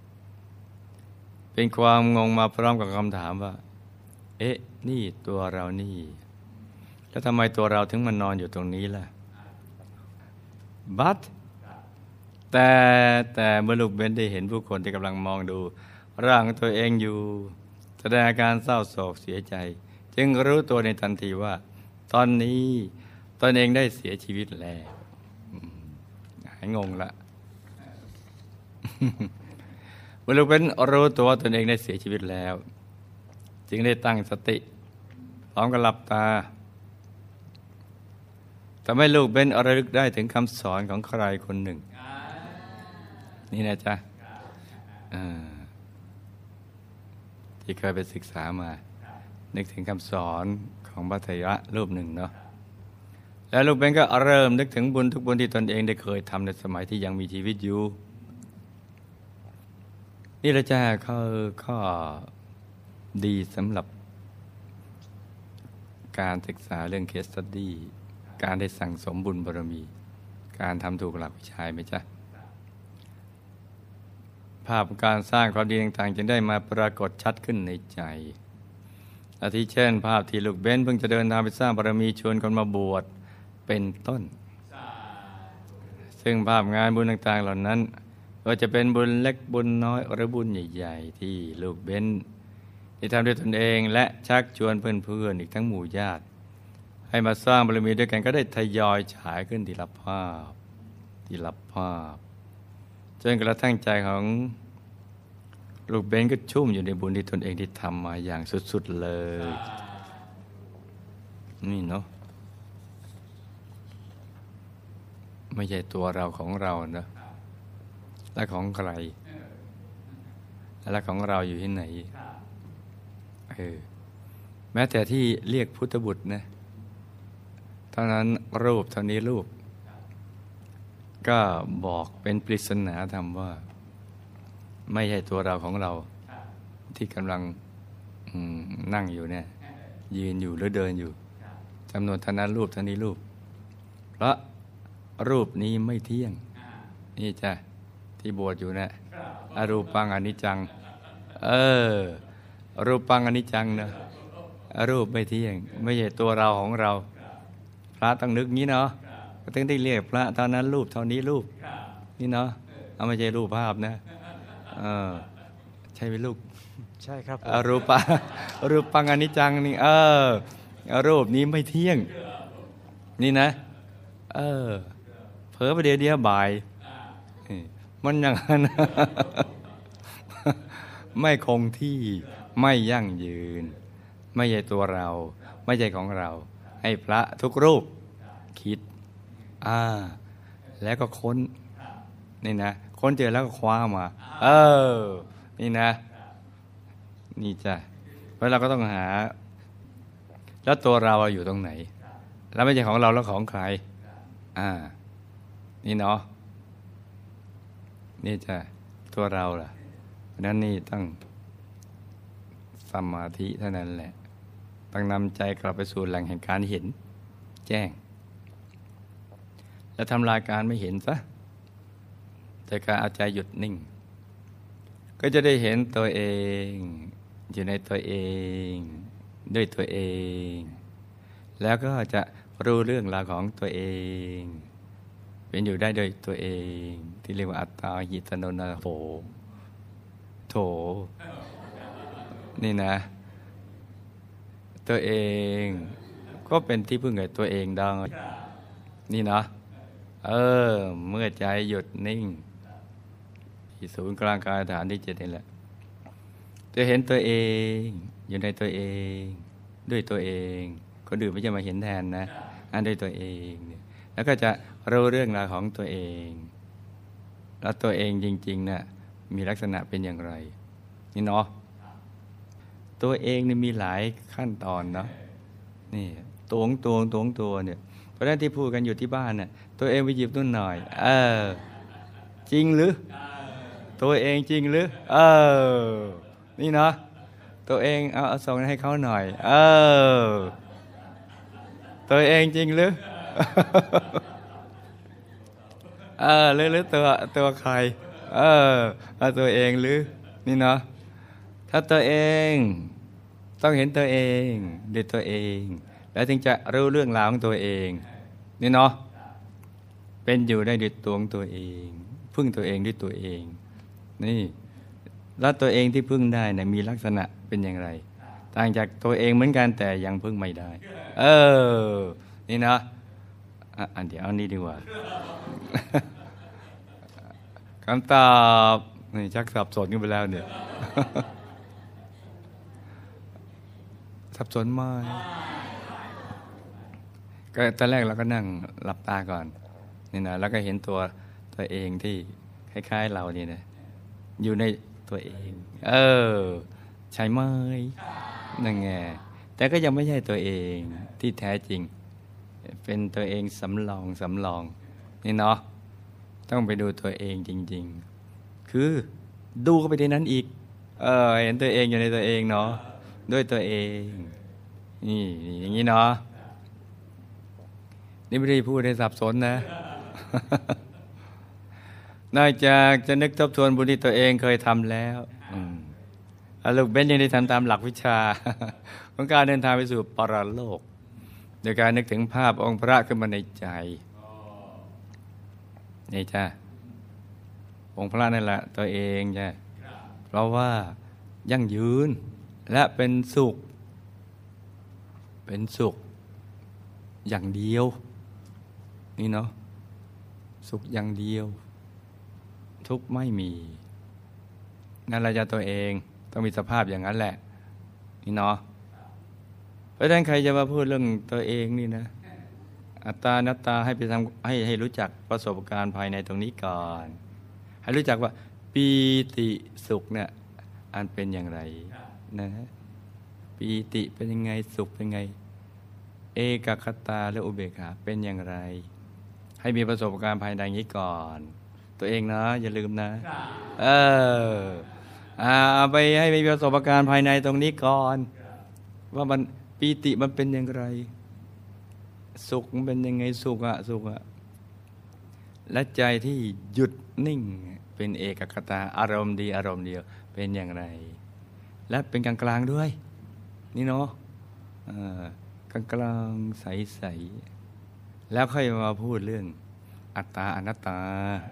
เป็นความงงมาพร้อมกับคำถามว่าเอ๊ะนี่ตัวเรานี่แล้วทำไมตัวเราถึงมานอนอยู่ตรงนี้ล่ะบัดแต่เมื่อลูกเบ้นได้เห็นผู้คนที่กำลังมองดูร่างตัวเองอยู่แสดงอาการเศร้าโศกเสียใจจึงรู้ตัวในทันทีว่าตอนนี้ตนเองได้เสียชีวิตแล้วหายงงละ เมื่อลูกเบ้นรู้ตัวว่าตนเองได้เสียชีวิตแล้วจึงได้ตั้งสติพร้อมกับหลับตาทำให้ลูกเบ้นระลึกได้ถึงคำสอนของใครคนหนึ่งนี่นะจ๊ะที่เคยไปศึกษามานึกถึงคำสอนของพระเถระรูปหนึ่งเนาะแล้วลูกเบ้นก็เริ่มนึกถึงบุญทุกบุญที่ตนเองได้เคยทำในสมัยที่ยังมีชีวิตอยู่นี่แหละจ้ะข้อดีสำหรับการศึกษาเรื่อง Case Study การได้สั่งสมบุญบารมีการทำถูกหลักวิชาไหมจ๊ะภาพการสร้างความดีต่างๆจึงได้มาปรากฏชัดขึ้นในใจอาทิเช่นภาพที่ลูกเบ้นเพิ่งจะเดินทางไปสร้างบารมีชวนคนมาบวชเป็นต้นซึ่งภาพงานบุญต่างๆเหล่านั้นก็จะเป็นบุญเล็กบุญน้อยหรือบุญใหญ่ๆที่ลูกเบ้นที่ทำด้วยตนเองและชักชวนเพื่อนๆอีกทั้งหมู่ญาติให้มาสร้างบารมีด้วยกันก็ได้ทยอยฉายขึ้นทีละภาพจนกระทั่งใจของลูกเบ้นก็ชุ่มอยู่ในบุญที่ตนเองที่ทำมาอย่างสุดๆเลยนี่เนาะไม่ใช่ตัวเราของเรานะและของใครและของเราอยู่ที่ไหนแม้แต่ที่เรียกพุทธบุตรนะเท่านั้นรูปเท่านี้รูปก็บอกเป็นปริศนาธรรมว่าไม่ใช่ตัวเราของเราที่กำลังนั่งอยู่เนี่ยยืนอยู่หรือเดินอยู่จำนวนเท่านั้นรูปเท่านี้รูปเพราะรูปนี้ไม่เที่ยงนี่จ้ะที่บวชอยู่นะอรูปังอนิจจังรูปังอนิจจังนะรูปไม่เที่ยงไม่ใช่ตัวเราของเราพระต้องนึกงี้เนาะก็ถึงได้เรียกพระเท่านั้นรูปเท่านี้รูปนี่เนาะเอาไม่ใช่รูปภาพนะใช่ไหมลูกใช่ครับรูปังอนิจจังนี่รูปนี้ไม่เที่ยงนี่นะเผลอไปเดียวบ่ายมันอย่างนั้นไม่คงที่ไม่ยั่งยืนไม่ใช่ตัวเราไม่ใช่ของเราให้พระทุกรูปคิดแล้วก็ค้นนี่นะค้นเจอแล้วก็คว้ามานี่นะนี่จ้ะเพราะเราก็ต้องหาแล้วตัวเราอยู่ตรงไหนแล้วไม่ใช่ของเราแล้วของใครนี่เนาะนี่จ้ะตัวเราล่ะเพราะนั้นนี่ต้องสมาธิเท่านั้นแหละต้องนำใจกลับไปสู่แหล่งแห่งการเห็นแจ้งและทำลายการไม่เห็นซะแต่การเอาใจหยุดนิ่งก็จะได้เห็นตัวเองอยู่ในตัวเองด้วยตัวเองแล้วก็จะรู้เรื่องราวของตัวเองเป็นอยู่ได้โดยตัวเองที่เรียกว่าอัตตาหิตโนนาโถนี่นะตัวเองก็เป็นที่พึ่งกับตัวเองได้นี่เนาะเมื่อใจหยุดนิ่งที่ศูนย์กลางกายฐานที่7นี่แหละจะเห็นตัวเองอยู่ในตัวเองด้วยตัวเองคนอื่นไม่จะมาเห็นแทนนะด้วยตัวเองแล้วก็จะรู้เรื่องราวของตัวเองแล้วตัวเองจริงๆน่ะมีลักษณะเป็นอย่างไรนี่เนาะตัวเองนี่มีหลายขั้นตอนเนาะนี่ตัวเนี่ยเพราะฉะนั้นที่พูดกันอยู่ที่บ้านน่ะตัวเองไปหยิบนู่นหน่อยจริงหรือตัวเองจริงหรือนี่เนาะตัวเองเอาส่งให้เขาหน่อยตัวเองจริงหรือหรือตัวใครตัวเองหรือนี่เนาะถ้าตัวเองต้องเห็นตัวเองด้วยตัวเองแล้วถึงจะรู้เรื่องราวของตัวเองนี่เนาะเป็นอยู่ได้ด้วยตัวของตัวเองพึ่งตัวเองด้วยตัวเองนี่แล้วตัวเองที่พึ่งได้เนี่ยมีลักษณะเป็นอย่างไรต่างจากตัวเองเหมือนกันแต่ยังพึ่งไม่ได้นี่นะเดี๋ยวเอานี่ดีกว่า คำตอบนี่ชักสับสนกันไปแล้วเนี่ย สับสนมากก็ตอนแรกเราก็นั่งหลับตาก่อนนี่นะแล้วก็เห็นตัวเองที่คล้ายๆเรานี่นะอยู่ในตัวเองใช่ไหมนั่นไงแต่ก็ยังไม่ใช่ตัวเองที่แท้จริงเป็นตัวเองสำรองนี่เนาะต้องไปดูตัวเองจริงๆคือดูเข้าไปในนั้นอีกเห็นตัวเองอยู่ในตัวเองเนาะด้วยตัวเองนี่อย่างนี้เนาะนี่ไม่ได้พูดให้สับสนนะ นอกจากจะนึกทบทวนบุญที่ตัวเองเคยทำแล้วลูกเบนยังได้ทำตามหลักวิชา ของการเดินทางไปสู่ปรโลกโดยการนึกถึงภาพองค์พระขึ้นมาในใจนี่จ้ะองค์พระนั่นแหละตัวเองจ้ะเพราะว่ายั่งยืนและเป็นสุขอย่างเดียวนี่เนาะสุขอย่างเดียวทุกข์ไม่มีนั่นแหละจะตัวเองต้องมีสภาพอย่างนั้นแหละนี่เนาะเพราะฉะนั้นใครจะมาพูดเรื่องตัวเองนี่นะอัตตานัตตาให้ไปทำให้รู้จักประสบการณ์ภายในตรงนี้ก่อนให้รู้จักว่าปีติสุขเนี่ยอันเป็นอย่างไรนะปีติเป็นยังไงสุขเป็นไงเอกคตาและอุเบกขาเป็นอย่างไรให้มีประสบการณ์ภายในนี้ก่อนตัวเองนะอย่าลืมนะไปให้มีประสบการณ์ภายในตรงนี้ก่อนว่ามันปีติมันเป็นอย่างไรสุขมันเป็นยังไงสุขอะและใจที่หยุดนิ่งเป็นเอกคตาอารมณ์ดีอารมณ์เดียวเป็นอย่างไรและเป็นกลางๆด้วยนี่เนาะกลางๆใสๆแล้วค่อยมาพูดเรื่องอัตตาอนัตตา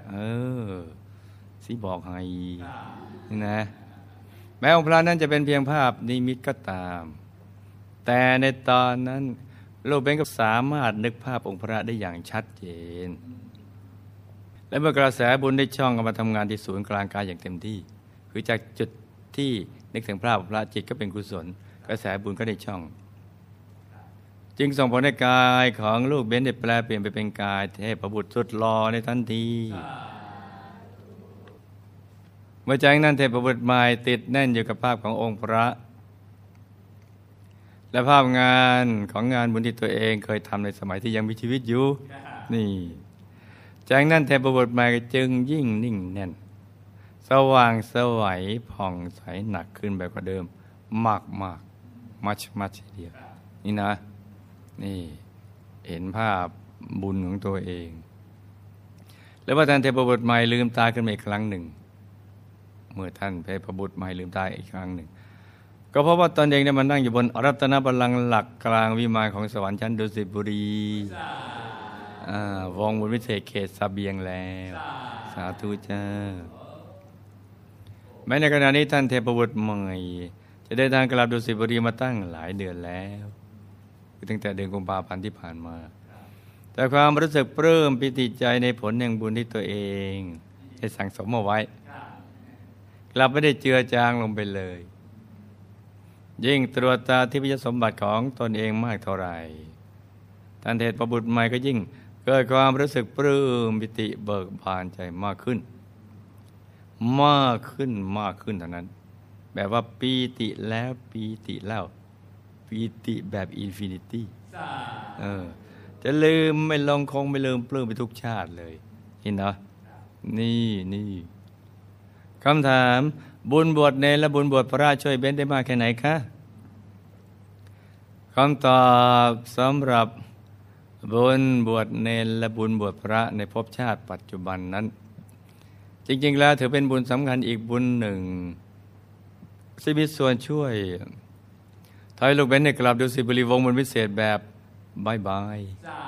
สิบอกให้นี่นะแม้องค์พระนั้นจะเป็นเพียงภาพนิมิตก็ตามแต่ในตอนนั้นโลกเบนก็สามารถนึกภาพองค์พระได้อย่างชัดเจนและเมื่อกระแสบุญได้ช่องมาทำงานที่ศูนย์กลางกายอย่างเต็มที่คือจากจุดที่นึกถึงภาพพระจิตก็เป็นกุศลกระแสบุญก็ได้ช่องจึงส่งผลให้กายของลูกเบนได้แปลเปลี่ยนไปเป็นกายเทพบุตรสุดหล่อในทันทีเมื่อใจนั้นเทพบุตรใหม่ติดแน่นอยู่กับภาพขององค์พระและภาพงานของงานบุญที่ตัวเองเคยทำในสมัยที่ยังมีชีวิตอยู่นี่จากนั้นเทพบุตรใหม่จึงยิ่งนิ่งแน่นสว่างไสวผ่องใสหนักขึ้นแบบกว่าเดิมมากมัชเดียวนี่นะนี่เห็นภาพบุญของตัวเองแล้วพอท่านเทพบุตรใหม่ลืมตาขึ้นมาอีกครั้งหนึ่งเมื่อท่านเทพบุตรใหม่ลืมตาอีกครั้งหนึ่งก็เพราะว่าตนเองได้มานั่งอยู่บนรัตนบัลลังก์หลักกลางวิมานของสวรรค์ชั้นดุสิตบุรีวงบนวิเศษเขตเสบียงแล้วสาธุจ้าแม้ในขณะนี้ท่านเทพบุตรใหม่จะเดินทางกลับดุสิตบุรีมาตั้งหลายเดือนแล้วตั้งแต่เดือนกุมภาพันธ์ที่ผ่านมาแต่ความรู้สึกปลื้มปิติใจในผลแห่งบุญที่ตัวเองได้สั่งสมเอาไว้กลับไม่ได้เจือจางลงไปเลยยิ่งตรวจตาทิพยสมบัติของตนเองมากเท่าไหร่ท่านเทศประบุตรใหม่ก็ยิ่งเกิดความรู้สึกปลื้มปิติเบิกบานใจมากขึ้นมากขึ้นมากขึ้นเท่านั้นแบบว่าปีติแล้วปีติเล่าปีติแบบอินฟินิตี้จะลืมไม่ลงคงไม่ลืมปลื้มไปทุกชาติเลยเห็นเนาะนี่คำถามบุญบวชเนรและบุญบวชพระช่วยเบ้นได้มากแค่ไหนคะคำตอบสำหรับบุญบวชเนรและบุญบวชพระในภพชาติปัจจุบันนั้นจริงๆแล้วถือเป็นบุญสำคัญอีกบุญหนึ่งที่มีส่วนช่วยทำให้ลูกเบ้นได้กลับดุสิตบุรีวงศ์บุญพิเศษแบบบายบาย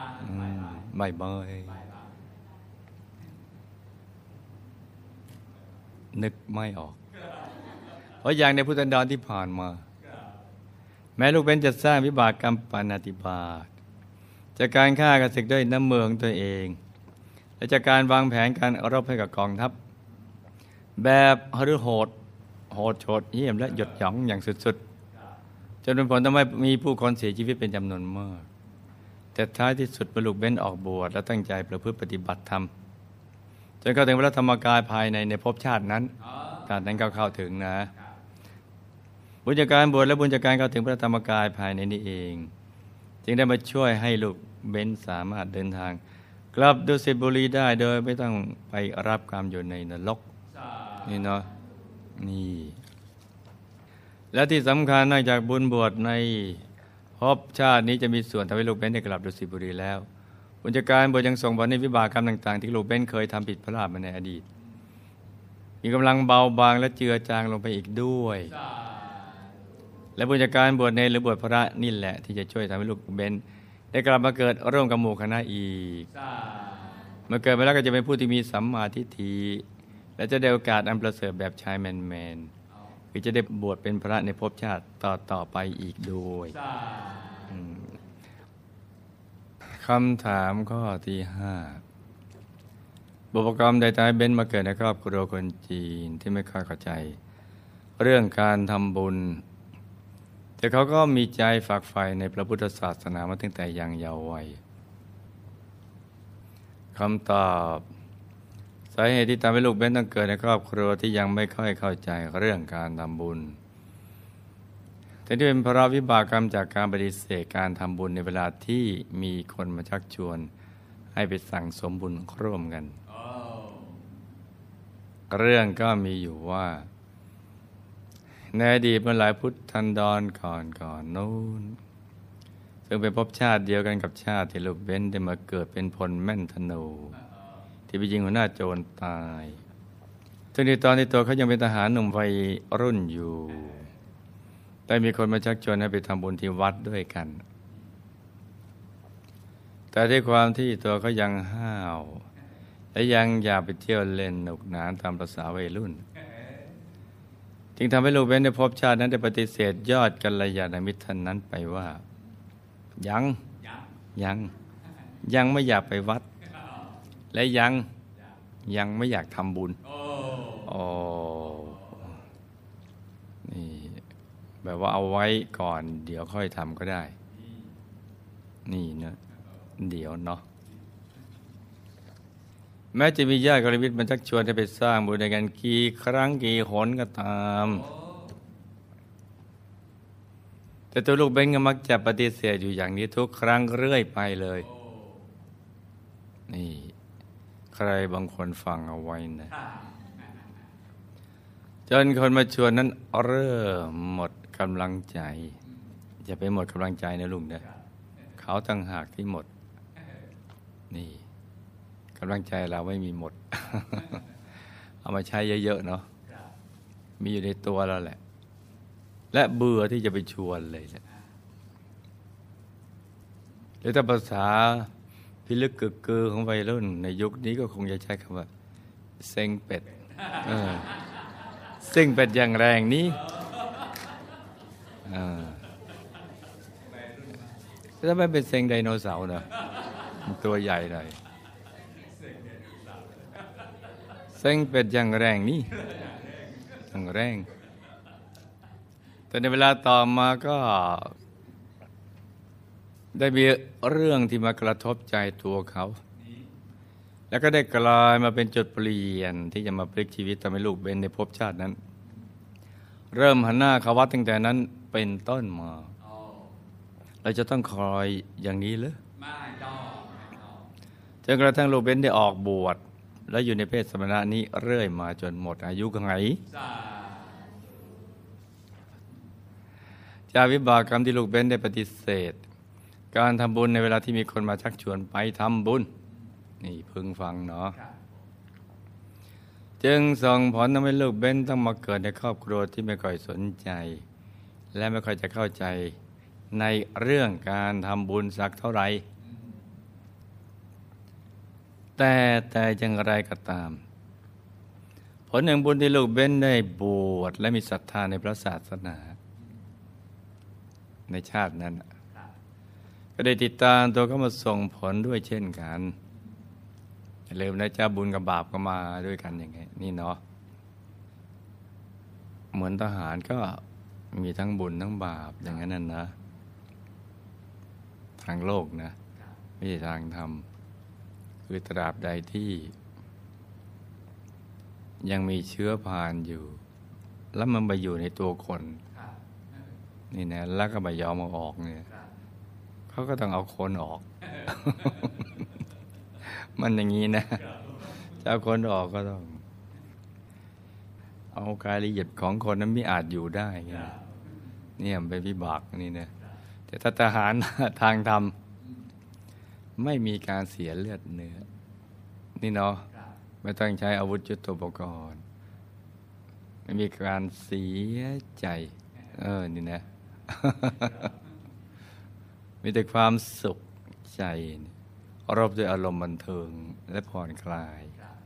นึกไม่ออกเพราะอย่างในพุทธันดรที่ผ่านมาแม้ลูกเบ้นจะสร้างวิบากกรรมปาณาติบาตจากการฆ่ากษัตริย์ด้วยน้ำมือของตัวเองและจากการวางแผนการรบให้กับกองทัพแบบโหดโฉดเหี้ยมและหยดหยองอย่างสุดๆจนเป็นผลทำให้มีผู้คนเสียชีวิตเป็นจำนวนมากแต่ท้ายที่สุดลูกเบ้นออกบวชและตั้งใจประพฤติปฏิบัติธรรมจนเข้าถึงพระธรรมกายภายในภพชาตินั้นการนั้นเข้าถึงนะบุญจากการบวชและบุญจากการเข้าถึงพระธรรมกายภายในนี้เองจึงได้มาช่วยให้ลูกเบ้นสามารถเดินทางกลับดุสิตบุรีได้โดยไม่ต้องไปรับกรรมอยู่ในนรกนี่เนาะนี่และที่สำคัญนอกจากบุญบวชในภพชาตินี้จะมีส่วนทำให้ลูกเบ้นได้กลับดุสิตบุรีแล้วบุญจากการบวชยังส่งผลในวิบากกรรมต่างๆที่ลูกเบ้นเคยทำผิดพลาดมาในอดีตมีกำลังเบาบางและเจือจางลงไปอีกด้วยและบุญจากการบวชเนรหรือบวชพระนี่แหละที่จะช่วยทำให้ลูกเบ้นได้กลับมาเกิดร่วมกับหมู่คณะอีกเมื่อเกิดมาแล้วก็จะเป็นผู้ที่มีสัมมาทิฏฐิและจะได้โอกาสอันประเสริฐแบบชายแมนคือจะได้บวชเป็นพระในภพชาติต่อไปอีกด้วยคำถามข้อที่5บุพกรรมใดทำให้เบ้นมาเกิดในครอบครัวคนจีนที่ไม่ค่อยเข้าใจเรื่องการทำบุญแต่เขาก็มีใจฝากใฝ่ในพระพุทธศาสนามาตั้งแต่ยังเยาว์วัยคำตอบสาเหตุที่ทำให้ลูกเบ้นต้องเกิดในครอบครัวที่ยังไม่ค่อยเข้าใจเรื่องการทำบุญแต่ที่เป็นเพราะวิบากกรรมจากการปฏิเสธการทำบุญในเวลาที่มีคนมาชักชวนให้ไปสั่งสมบุญร่วมกันเรื่องก็มีอยู่ว่าในอดีตเมื่อหลายพุทธันดรก่อนนู้นซึ่งเป็นภพชาติเดียวกันกับชาติที่ลูกเบ้นได้มาเกิดเป็นพลแม่นธนูที่ไปยิงหัวหน้าโจรตายซึ่งในตอนที่ตัวเขายังเป็นทหารหนุ่มวัยรุ่นอยู่ได้มีคนมาชักชวนให้ไปทำบุญที่วัดด้วยกันแต่ด้วยความที่ตัวเขายังห้าวและยังอยากไปเที่ยวเล่นหนุกหนานตามภาษาวัยรุ่นจึงทำให้ลูกเบ้นในภพชาตินั้นได้ปฏิเสธยอดกัลยาณมิตรท่านนั้นไปว่ายังไม่อยากไปวัดและยังไม่อยากทำบุญนี่แบบว่าเอาไว้ก่อนเดี๋ยวค่อยทำก็ได้นี่เนอะเดี๋ยวเนาะแม้จะมีญาติกัลยาณมิตรมาชักชวนให้ไปสร้างบุญในกันกี่ครั้งกี่หนก็ตามแต่ตัวลูกเบ้นก็มักจะปฏิเสธอยู่อย่างนี้ทุกครั้งเรื่อยไปเลยนี่ใครบางคนฟังเอาไว้นะจนคนมาชวนนั้นเริ่มหมดกำลังใจอย่าไปหมดกำลังใจนะลุงนะเขาต่างหากที่หมดนี่กำลังใจเราไม่มีหมด เอามาใช้เยอะๆเนาะมีอยู่ในตัวเราแหละและเบื่อที่จะไปชวนเลยแหละหรือถ้าภาษาพิลึกกึกกือของวัยรุ่นในยุคนี้ก็คงจะใช้คำว่าเซ็งเป็ดเซ็งเป็ดอย่างแรงนี้อ่าแล้วไม่เป็นเซ็งไดโนเสาร์เนอะตัวใหญ่เลยเซ็งเป็ดอย่างแรงนี่อย่างแรงแต่ในเวลาต่อมาก็ได้มีเรื่องที่มากระทบใจตัวเขาแล้วก็ได้กลายมาเป็นจุดเปลี่ยนที่จะมาพลิกชีวิตทำให้ลูกเบนในภพชาตินั้นเริ่มหันหน้าเข้าวัดตั้งแต่นั้นเป็นต้นมาเราจะต้องคอยอย่างนี้หรือไม่จนกระทั่งลูกเบนได้ออกบวชและอยู่ในเพศสมณะนี้เรื่อยมาจนหมดอายุไขจากวิบากกรรมที่ลูกเบนได้ปฏิเสธการทำบุญในเวลาที่มีคนมาชักชวนไปทำบุญนี่พึงฟังเนาะจึงส่งผลทำให้ลูกเบนต้องมาเกิดในครอบครัวที่ไม่ค่อยสนใจและไม่ค่อยจะเข้าใจในเรื่องการทำบุญสักเท่าไหร่แต่อย่างไรก็ตามผลแห่งบุญที่ลูกเบนได้บวชและมีศรัทธาในพระศาสนาในชาตินั้นก็ได้ติดตามตัวเข้ามาส่งผลด้วยเช่นกันอย่าลืมนะจ้าบุญกับบาปก็มาด้วยกันอย่างไงนี่เนาะเหมือนทหารก็มีทั้งบุญทั้งบาปอย่างนั้นนะทางโลกนะไม่ใช่ทางธรรมคือตราบใดที่ยังมีเชื้อพานอยู่แล้วมันไปอยู่ในตัวคนนี่นะแล้วก็ไม่ยอมเอาออกเนี่ยเขาก็ต้องเอาคนออก มันอย่างนี้นะจะเอาคนออกก็ต้องเอากายละเอียดของคนนั้นไม่อาจอยู่ได้เนี่ยมันเป็นวิบากนี่นะแต่ถ้าทหารทางธรรมไม่มีการเสียเลือดเนื้อนี่เนาะไม่ต้องใช้อาวุธยุทโธปกรณ์ไม่มีการเสียใจนี่นะ มีแต่ความสุขใจรบด้วยอารมณ์บันเทิงและผ่อนคลาย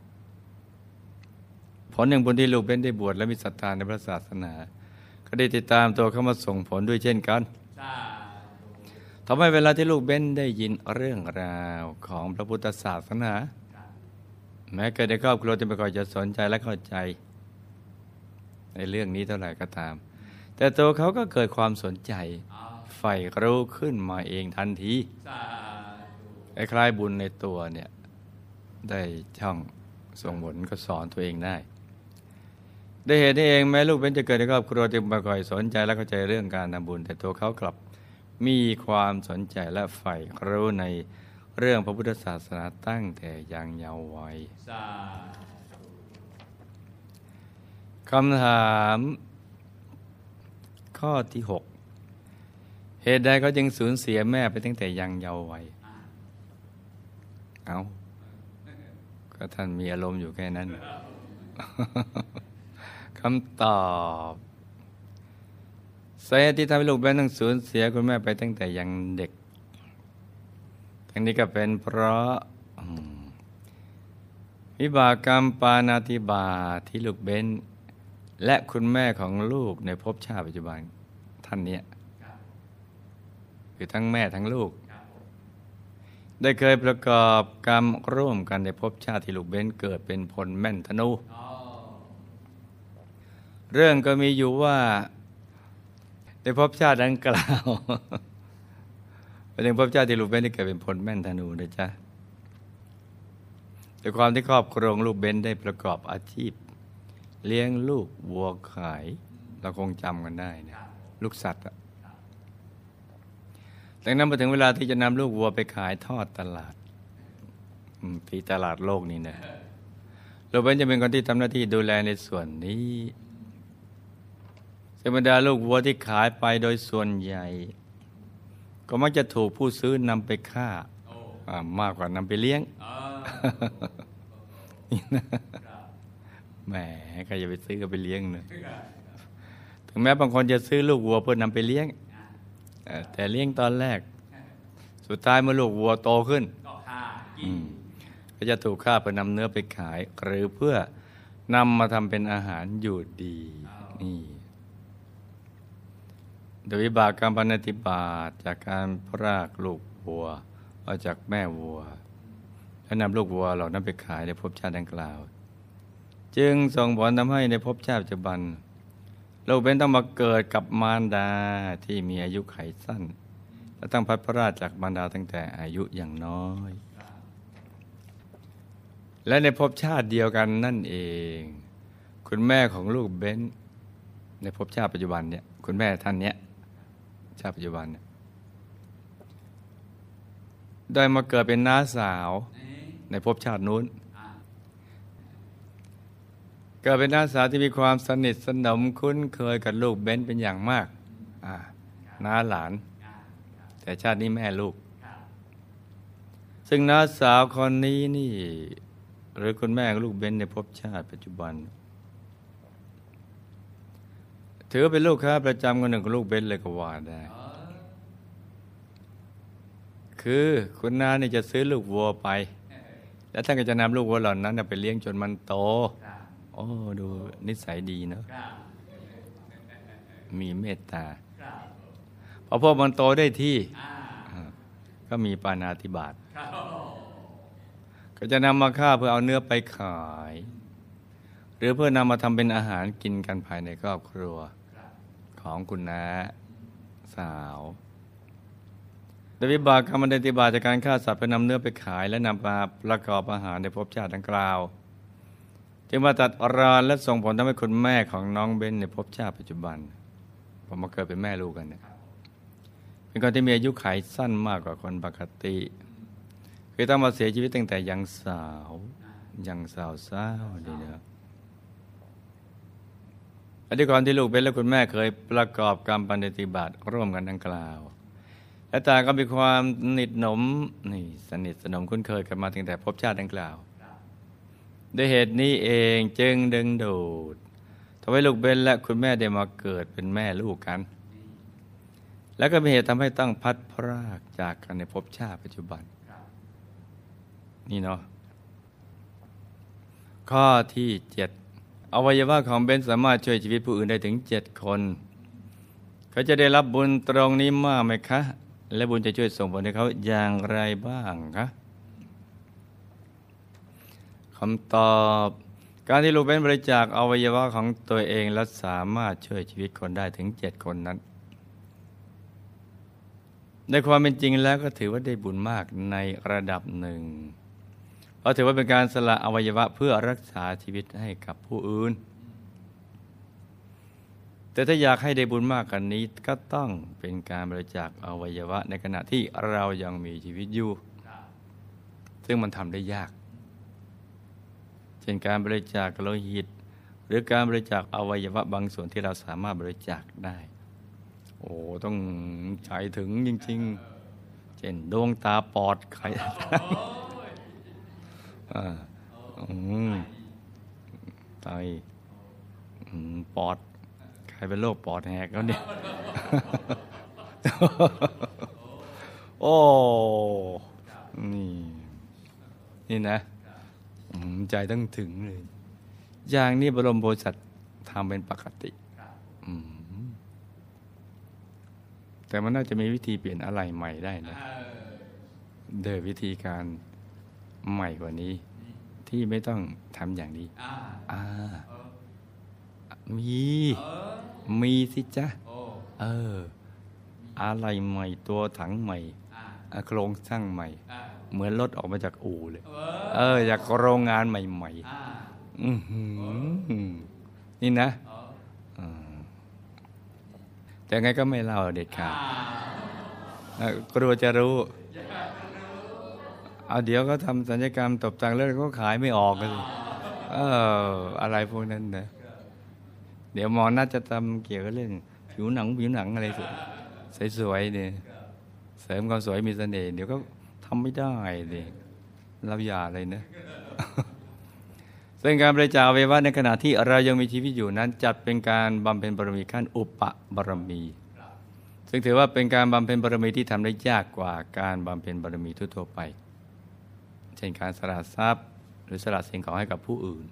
ผลหนึ่งบุญที่ลูกเบนได้บวชและมีศรัทธาในพระศาสนาก็ได้ติดตามตัวเข้ามาส่งผลด้วยเช่นกันทำให้เวลาที่ลูกเบนได้ยินเรื่องราวของพระพุทธศาสนาแม้เกิดในครอบครัวที่ไม่ค่อยจะสนใจและเข้าใจในเรื่องนี้เท่าไหร่ก็ตามแต่ตัวเขาก็เกิดความสนใจใฝ่รู้ขึ้นมาเองทันทีคล้ายๆบุญในตัวเนี่ยได้ช่องส่งผลก็สอนตัวเองได้ได้เหตุนี้เองแม้ลูกเบนจะเกิดในครอบครัวที่ไม่ค่อยสนใจและเข้าใจเรื่องการทำบุญแต่ตัวเขากลับมีความสนใจและใฝ่รู้ในเรื่องพระพุทธศาสนาตั้งแต่ยังเยาว์วัยคำถามข้อที่ 6เหตุใดเขาจึงสูญเสียแม่ไปตั้งแต่ยังเยาว์วัยก็ท่านมีอารมณ์อยู่แค่นั้น คำตอบสาเหตุที่ทำให้ลูกเบนต้องสูญเสียคุณแม่ไปตั้งแต่ยังเด็กทั้งนี้ก็เป็นเพราะวิบากกรรมปาณาติบาตที่ลูกเบนและคุณแม่ของลูกในภพชาติปัจจุบันท่านเนี้ยคือทั้งแม่ทั้งลูกได้เคยประกอบกรรมร่วมกันในภพชาติที่ลูกเบนเกิดเป็นพลแม่นธนูเรื่องก็มีอยู่ว่าในภพชาติดังกล่าวเป็นภพชาติที่ลูกเบนได้เกิดเป็นพลแม่นธนูนะจ๊ะแต่ความที่ครอบครัวลูกเบนได้ประกอบอาชีพเลี้ยงลูกวัวขายเราคงจำกันได้นะลูกสัตว์ดังนั้นมาถึงเวลาที่จะนำลูกวัวไปขายทอดตลาดที่ตลาดโลกนี่นะลูกเบนจะเป็นคนที่ทำหน้าที่ดูแลในส่วนนี้ซึ่งบรรดาลูกวัวที่ขายไปโดยส่วนใหญ่ก็มักจะถูกผู้ซื้อนำไปฆ่ามากกว่านำไปเลี้ยงแหมใครจะไปซื้อก็ไปเลี้ยงเนอะถึงแม้บางคนจะซื้อลูกวัวเพื่อนำไปเลี้ยงแต่เลี้ยงตอนแรกสุดท้ายเมื่อลูกวัวโตขึ้นก็จะถูกฆ่าเพื่อนำเนื้อไปขายหรือเพื่อนำมาทำเป็นอาหารอยู่ดีนี่โดยวิบากกรรมปณิธิบาตจากการพรากลูกวัวออกจากแม่วัวและนำลูกวัวเหล่านั้นไปขายในภพชาติดังกล่าวจึงส่งผลทำให้ในภพชาติปัจจุบันลูกเบนต้องมาเกิดกับมารดาที่มีอายุขัยสั้นและต้องพัดพรากจากมารดาตั้งแต่อายุอย่างน้อยและในภพชาติเดียวกันนั่นเองคุณแม่ของลูกเบนในภพชาติปัจจุบันเนี่ยคุณแม่ท่านเนี้ยชาติปัจจุบันเนี่ยได้มาเกิดเป็นน้าสาวในภพชาตินู้นเกิดเป็นน้าสาวที่มีความสนิทสนมคุ้นเคยกับลูกเบนเป็นอย่างมากน้าหลานแต่ชาตินี้แม่ลูกซึ่งน้าสาวคนนี้นี่หรือคุณแม่ของลูกเบนในภพชาติปัจจุบันถือเป็นลูกค้าประจำคนหนึ่งของลูกเบนเลยก็ว่าได้คือคุณน้านี่จะซื้อลูกวัวไปแล้วท่านก็จะนำลูกวัวเหล่านั้นไปเลี้ยงจนมันโตโอ้ดูนิสัยดีเนาะมีเมตตาพอพวกมันโตได้ที่ก็มีปาณาติบาตก็จะนำมาฆ่าเพื่อเอาเนื้อไปขายหรือเพื่อนำมาทำเป็นอาหารกินกันภายในครอบครัวของคุณน้าสาวโดยวิบากกรรมปฏิบาตจากการฆ่าสัตว์เพื่อนำเนื้อไปขายและนำมาประกอบอาหารในภพชาติดังกล่าวจึงมาตัดรอนและส่งผลทำให้คุณแม่ของน้องเบนในภพชาติปัจจุบันพอมาเกิดเป็นแม่ลูกกันเนี่ยเป็นคนที่มีอายุขัยสั้นมากกว่าคนปกติคือต้องมาเสียชีวิตตั้งแต่ยังสาวดีนะอดีตก่อนที่ลูกเบนและคุณแม่เคยประกอบกรรมปฏิบัติร่วมกันดังกล่าวและต่างก็มีความสนิทสนมคุ้นเคยกันมาตั้งแต่ภพชาติดังกล่าวด้วยเหตุนี้เองจึงดึงดูดทำให้ลูกเบนและคุณแม่ได้มาเกิดเป็นแม่ลูกกันและก็มีเหตุทำให้ต้องพัดพรากจากกันในภพชาติปัจจุบันนี่เนาะข้อที่ 7อวัยวะของเบนสามารถช่วยชีวิตผู้อื่นได้ถึง7 คนเขาจะได้รับบุญตรงนี้มากไหมคะและบุญจะช่วยส่งผลให้เขาอย่างไรบ้างคะคำตอบการที่ลูกเบนบริจาคอวัยวะของตัวเองและสามารถช่วยชีวิตคนได้ถึง7 คนนั้นในความเป็นจริงแล้วก็ถือว่าได้บุญมากในระดับหนึ่งเพราะถือว่าเป็นการสละอวัยวะเพื่อรักษาชีวิตให้กับผู้อื่นแต่ถ้าอยากให้ได้บุญมากกว่านี้ก็ต้องเป็นการบริจาคอวัยวะในขณะที่เรายังมีชีวิตอยู่ซึ่งมันทำได้ยากเช่นการบริจาคโลหิตหรือการบริจาคอวัยวะบางส่วนที่เราสามารถบริจาคได้โอ้ต้องใจถึงจริงๆเช่นดวงตาปอดไขไตปอดใครเป็นโรคปอดแหกแล้วเนี่ย โอ้นี่นะใจต้องถึงเลยอย่างนี้บรมโพธิสัตว์ทำเป็นปกติแต่มันน่าจะมีวิธีเปลี่ยนอะไรใหม่ได้นะโดยวิธีการใหม่กว่านี้ที่ไม่ต้องทำอย่างนี้มีสิจ๊ะอะไรใหม่ตัวถังใหม่โครงสร้างใหม่เหมือนรถออกมาจากอู่เลยจากโรงงานใหม่ๆนี่นะแต่ไงก็ไม่เล่าเด็ดขาดกลัวจะรู้เดี๋ยวก็ทำศัลยกรรมตบแต่งแล้วก็ขายไม่ออกเลยอะไรพวกนั้นนะเดี๋ยวหมอน่าจะทำเกี่ยวกับเรื่องผิวหนังอะไรสวยๆเนี่ยเสริมความสวยมีเสน่ห์เดี๋ยวก็ทำไม่ได้เลยเราอย่าเลยนะ ซึ่งการบริจาคอวัยวะในขณะที่เรายังมีชีวิตอยู่นั้นจัดเป็นการบำเพ็ญบารมีขั้นอุปบารมีซึ่งถือว่าเป็นการบำเพ็ญบารมีที่ทำได้ยากกว่าการบำเพ็ญบารมีทั่วๆไปเช่นการสละทรัพย์หรือสละสิ่งของให้กับผู้อื่น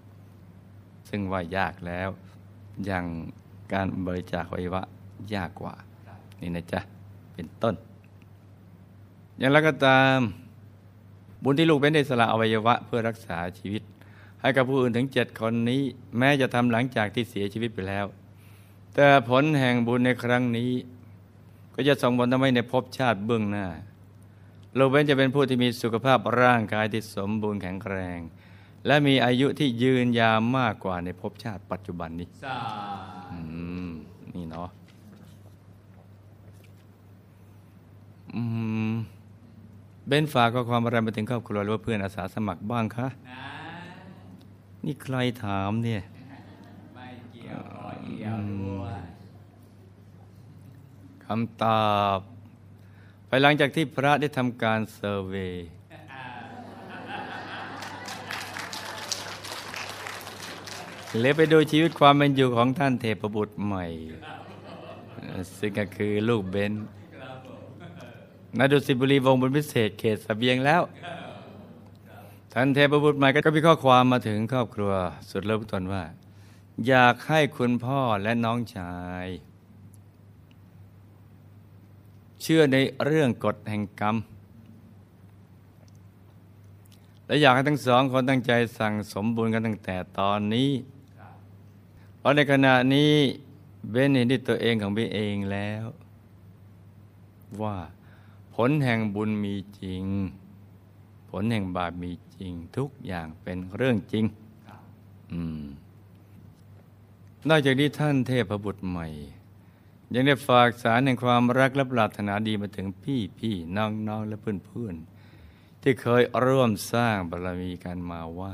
ซึ่งว่ายากแล้วอย่างการบริจาคอวัยวะยากกว่านี่นะจ๊ะเป็นต้นอย่างไรก็ตามบุญที่ลูกเบ้นได้สละอวัยวะเพื่อรักษาชีวิตให้กับผู้อื่นถึง7 คนนี้แม้จะทำหลังจากที่เสียชีวิตไปแล้วแต่ผลแห่งบุญในครั้งนี้ก็จะส่งผลทำให้ในภพชาติเบื้องหน้าลูกเบ้นจะเป็นผู้ที่มีสุขภาพร่างกายที่สมบูรณ์แข็งแรงและมีอายุที่ยืนยาวมากกว่าในภพชาติปัจจุบันนี้นี่เนาะเบ้นฝากข้อความอะไรมาถึงครอบครัวหรือว่าเพื่อนอาสาสมัครบ้างคะนี่ใครถามเนี่ยไม่เกี่ยวด้วยคำตอบภายหลังจากที่พระได้ทำการเซอร์เวย์เลไปดูชีวิตความเป็นอยู่ของท่านเทพบุตรใหม่ซึ่งก็คือลูกเบนณ ดุสิตบุรีวงศ์บุญพิเศษเขตเสบียงแล้วท่านเทพบุตรใหม่ก็มีข้อความมาถึงครอบครัวสุดเลิฟตนว่าอยากให้คุณพ่อและน้องชายเชื่อในเรื่องกฎแห่งกรรมและอยากให้ทั้งสองคนตั้งใจสั่งสมบุญกันตั้งแต่ตอนนี้เพราะในขณะนี้เบนเห็นด้วยตัวเองของเบนเองแล้วว่าผลแห่งบุญมีจริงผลแห่งบาปมีจริงทุกอย่างเป็นเรื่องจริงนอกจากนี้ท่านเทพบุตรใหม่ยังได้ฝากสารแห่งความรักและปรารถนาดีมาถึงพี่น้องและเพื่อนที่เคยร่วมสร้างบารมีกันมาว่า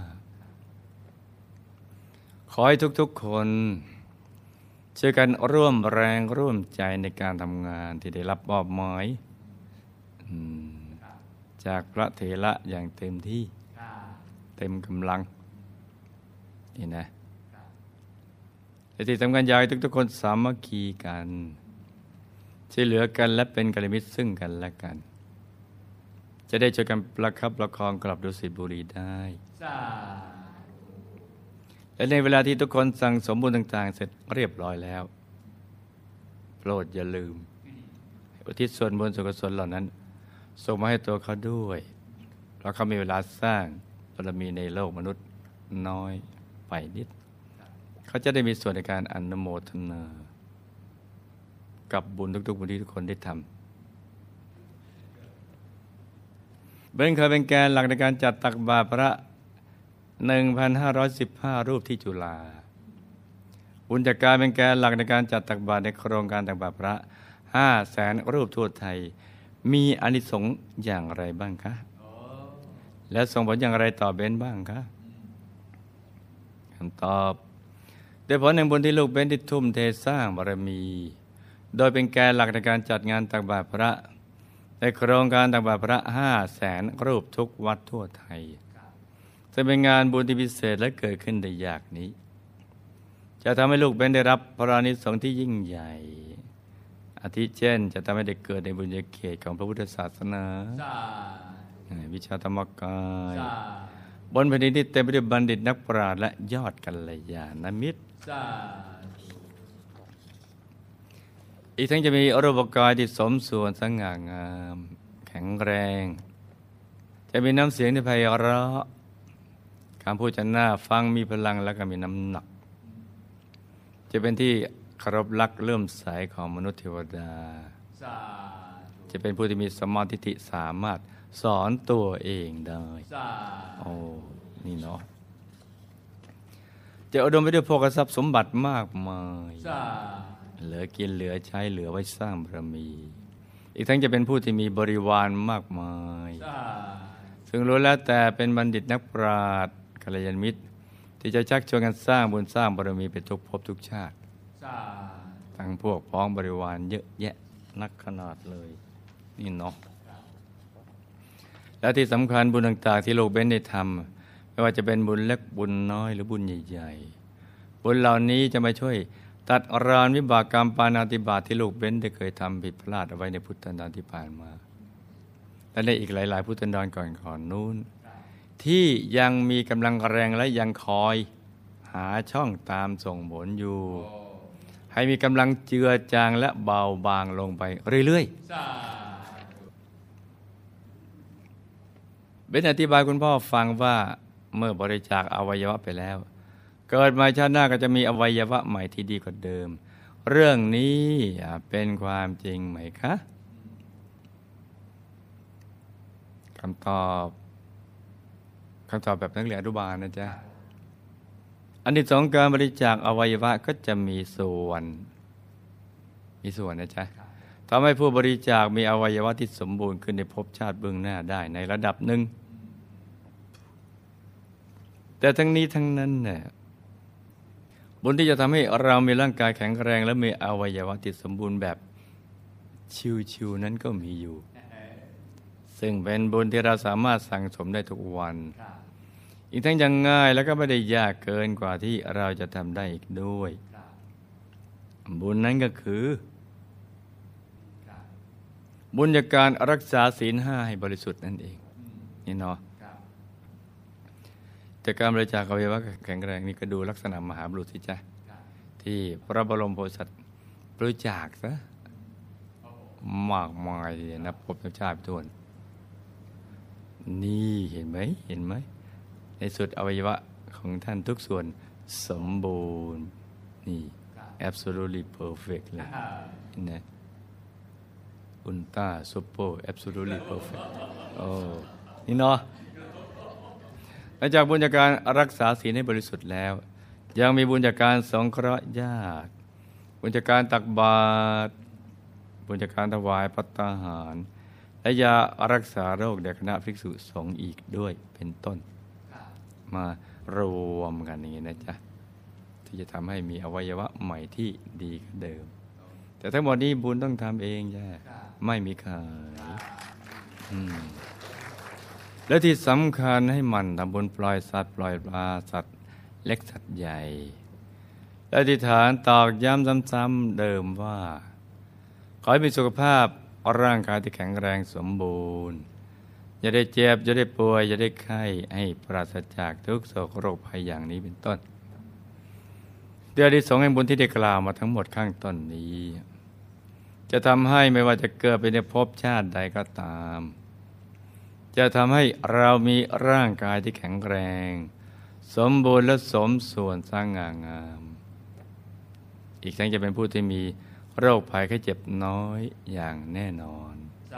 ขอให้ทุกๆคนช่วยกันร่วมแรงร่วมใจในการทำงานที่ได้รับมอบหมายจากพระเถระอย่างเต็มที่เต็มกำลังนี่นะแต่ที่สำคัญอยากให้ทุกๆคนสามัคคีกันช่วยเหลือกันและเป็นกัลยาณมิตรซึ่งกันและกันจะได้ช่วยกันประคับประคองกลับดุสิตบุรีได้และในเวลาที่ทุกคนสั่งสมบุญต่างๆเสร็จเรียบร้อยแล้วโปรดอย่าลืมอุทิศส่วนบุญส่วนกุศลเหล่านั้นส่งมาให้ตัวเขาด้วยเพราะเขามีเวลาสร้างบารมีในโลกมนุษย์น้อยไปนิดเขาจะได้มีส่วนในการอนุโมทนากับบุญทุกๆบุญที่ทุกคนได้ทำเบนเคยเป็นแกนหลักในการจัดตักบาตรพระ 1,515 รูปที่จุฬาบุญจากการเป็นแกนหลักในการจัดตักบาตรในโครงการตักบาตรพระ 500,000 รูปทั่วไทยมีอานิสงส์อย่างไรบ้างคะและส่งผลอย่างไรต่อเบนบ้างคะคำตอบด้วยผลแห่งบุญที่ลูกเบนได้ทุ่มเทสร้างบารมีโดยเป็นแกนหลักในการจัดงานตักบาตรพระในโครงการตักบาตรพระ 500,000 รูปทุกวัดทั่วไทยจะเป็นงานบุญที่พิเศษและเกิดขึ้นได้ยากนี้จะทำให้ลูกเบนได้รับพระอานิสงส์ที่ยิ่งใหญ่อาทิเช่นจะทำให้ได้เกิดในบุญญาเขตของพระพุทธศาสนาวิชาธรรมกายบนแผ่นดินที่เต็มไปด้วยบัณฑิตนักปราชญ์และยอดกัลยาณมิตรอีกทั้งจะมีรูปกายที่สมส่วนสง่างามแข็งแรงจะมีน้ำเสียงที่ไพเราะคำพูดจะน่าฟังมีพลังและก็มีน้ำหนักจะเป็นที่เคารพรักเลื่อมใสของมนุษย์เทวดาจะเป็นผู้ที่มีสมาธิสามารถสอนตัวเองได้โอ้นี่เนาะจะอุดมไปด้วยโภคทรัพย์สมบัติมากมายเหลือกินเหลือใช้เหลือไว้สร้างบารมีอีกทั้งจะเป็นผู้ที่มีบริวารมากมายซึ่งรู้แล้วแต่เป็นบัณฑิตนักปราชญ์กัลยาณมิตรที่จะชักชวนกันสร้างบุญสร้างบารมีไปทุกภพทุกชาติทั้งพวกพ้องบริวารเยอะแยะนักขนาดเลยนี่เนาะและที่สำคัญบุญต่างๆที่ลูกเบ้นได้ทำไม่ว่าจะเป็นบุญเล็กบุญน้อยหรือบุญใหญ่ๆบุญเหล่านี้จะมาช่วยตัดรานวิบากกรรมปาณาติบาตที่ลูกเบ้นได้เคยทำผิดพลาดเอาไว้ในพุทธันดรที่ผ่านมาและในอีกหลายๆพุทธันดรก่อนนู้นที่ยังมีกำลังแรงและยังคอยหาช่องตามส่งผลอยู่ใให้มีกำลังเจือจางและเบาบางลงไปเรื่อยๆเบนอธิบายคุณพ่อฟังว่าเมื่อบริจาคอวัยวะไปแล้วเกิดมาชาติหน้าก็จะมีอวัยวะใหม่ที่ดีกว่าเดิมเรื่องนี้เป็นความจริงไหมคะคำตอบแบบนักเรียนอนุบาลนะจ๊ะอานิสงส์การบริจาคอวัยวะก็จะมีส่วนนะจ๊ะทำให้ผู้บริจาคมีอวัยวะที่สมบูรณ์ขึ้นในภพชาติเบื้องหน้าได้ในระดับหนึ่งแต่ทั้งนี้ทั้งนั้นเนี่ยบุญที่จะทำให้เรามีร่างกายแข็งแรงและมีอวัยวะที่สมบูรณ์แบบชิวๆนั้นก็มีอยู่ซึ่งเป็นบุญที่เราสามารถสั่งสมได้ทุกวันอีกทั้งยังง่ายแล้วก็ไม่ได้ยากเกินกว่าที่เราจะทำได้อีกด้วยบุญนั้นก็คือบุญจากการรักษาศีล 5ให้บริสุทธิ์นั่นเองนี่เนาะแต่การบริจาคอวัยวะแข็งแรงนี่ก็ดูลักษณะมหาบุรุษสิจ๊ะที่พระบรมโพธิสัตว์บริจาคซะมากมายนับพบนับชาติทุกคนนี่เห็นไหมในสุดอวัยวะของท่านทุกส่วนสมบูรณ์นี่ absolutely perfect เลยนะอุลตร้าซุปเปอร์ absolutely perfect โอ้นี่เนาะหลังจากบุญจากการรักษาศีลให้บริสุทธิ์แล้วยังมีบุญจากการสงเคราะห์ญาติบุญจากการตักบาตรบุญจากการถวายภัตตาหารและยารักษาโรคแด่คณะภิกษุสงฆ์อีกด้วยเป็นต้นมารวมกันอย่างนี้นะจ๊ะที่จะทำให้มีอวัยวะใหม่ที่ดีกว่าเดิมแต่ทั้งหมดนี้บุญต้องทำเองจ้ะไม่มีขายและที่สำคัญให้มันทำบุญปล่อยสัตว์ปล่อยปลาสัตว์เล็กสัตว์ใหญ่และอธิษฐานตอกย้ำซ้ำๆเดิมว่าขอให้มีสุขภาพร่างกายที่แข็งแรงสมบูรณ์อย่าได้เจ็บอย่าได้ป่วยอย่าได้ไข้ให้ปราศจากทุกโศกโรคภัยอย่างนี้เป็นต้นเดี๋ยวอานิสงส์แห่งบุญที่ได้กล่าวมาทั้งหมดข้างต้นนี้จะทำให้ไม่ว่าจะเกิดไปในภพชาติใดก็ตามจะทำให้เรามีร่างกายที่แข็งแรงสมบูรณ์และสมส่วนสง่างามอีกทั้งจะเป็นผู้ที่มีโรคภัยไข้เจ็บน้อยอย่างแน่นอน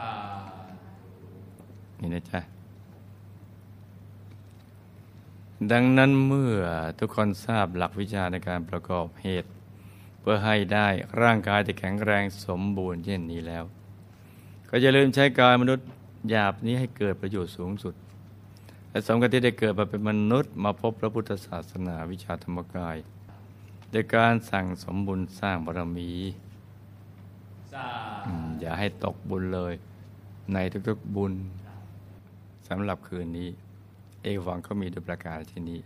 นี่นะจ๊ะดังนั้นเมื่อทุกคนทราบหลักวิชาในการประกอบเหตุเพื่อให้ได้ร่างกายที่แข็งแรงสมบูรณ์เช่นนี้แล้วก็อย่าลืมใช้กายมนุษย์หยาบนี้ให้เกิดประโยชน์สูงสุดและสมกับที่ได้เกิดมาเป็นมนุษย์มาพบพระพุทธศาสนาวิชาธรรมกายโดยการสั่งสมบุญสร้างบารมีอย่าให้ตกบุญเลยในทุกๆบุญสำหรับคืนนี้เอวังก็มีด้วยประการที่นี้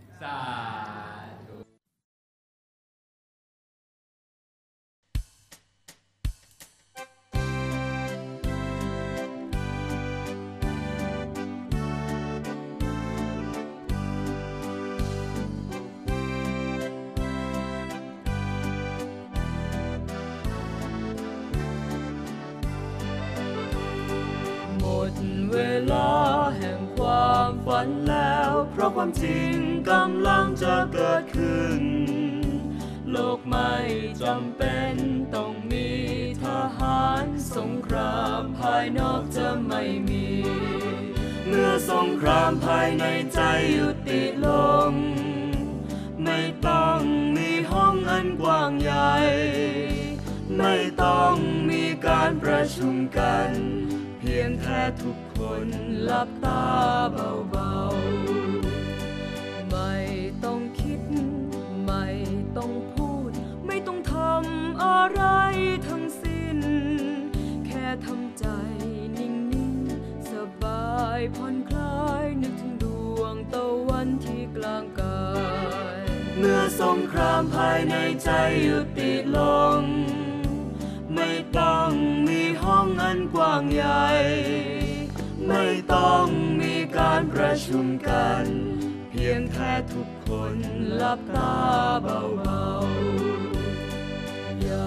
เวลาแห่งความฝันแล้วเพราะความจริงกำลังจะเกิดขึ้นโลกไม่จำเป็นต้องมีทหารสงครามภายนอกจะไม่มีเมื่อสงครามภายในใจยุติลงไม่ต้องมีห้องอันกว้างใหญ่ไม่ต้องมีการประชุมกันเพียงแค่ทุกคนหลับตาเบาๆไม่ต้องคิดไม่ต้องพูดไม่ต้องทำอะไรทั้งสิ้นแค่ทำใจนิ่งๆสบายผ่อนคลายนึกถึงดวงตะวันที่กลางกายเมื่อสงครามภายในใจยุติลงไม่ต้องมีห้องอันกว้างใหญ่ไม่ต้องมีการประชุมกันเพียงแค่ทุกคนหลับตาเบาๆอย่า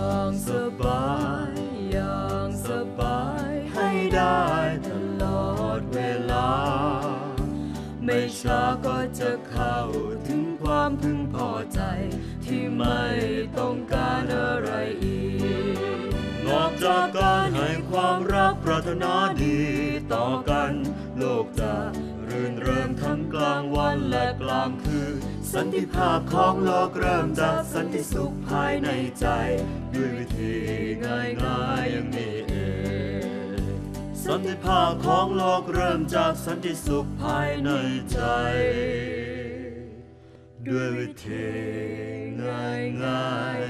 อย่างสบายอย่างสบายให้ได้ตลอดเวลาไม่ช้าก็จะเข้าถึงความพึงพอใจที่ไม่ต้องการอะไรอีกนอกจากการให้ความรักปรารถนาดีต่อกันโลกจะรื่นเริงทั้งกลางวันและกลางคืนสันติภาพของโลกเริ่มจากสันติสุขภายในใจด้วยวิธีง่ายๆอย่างนี้เองสันติภาพของโลกเริ่มจากสันติสุขภายในใจด้วยวิธีง่าย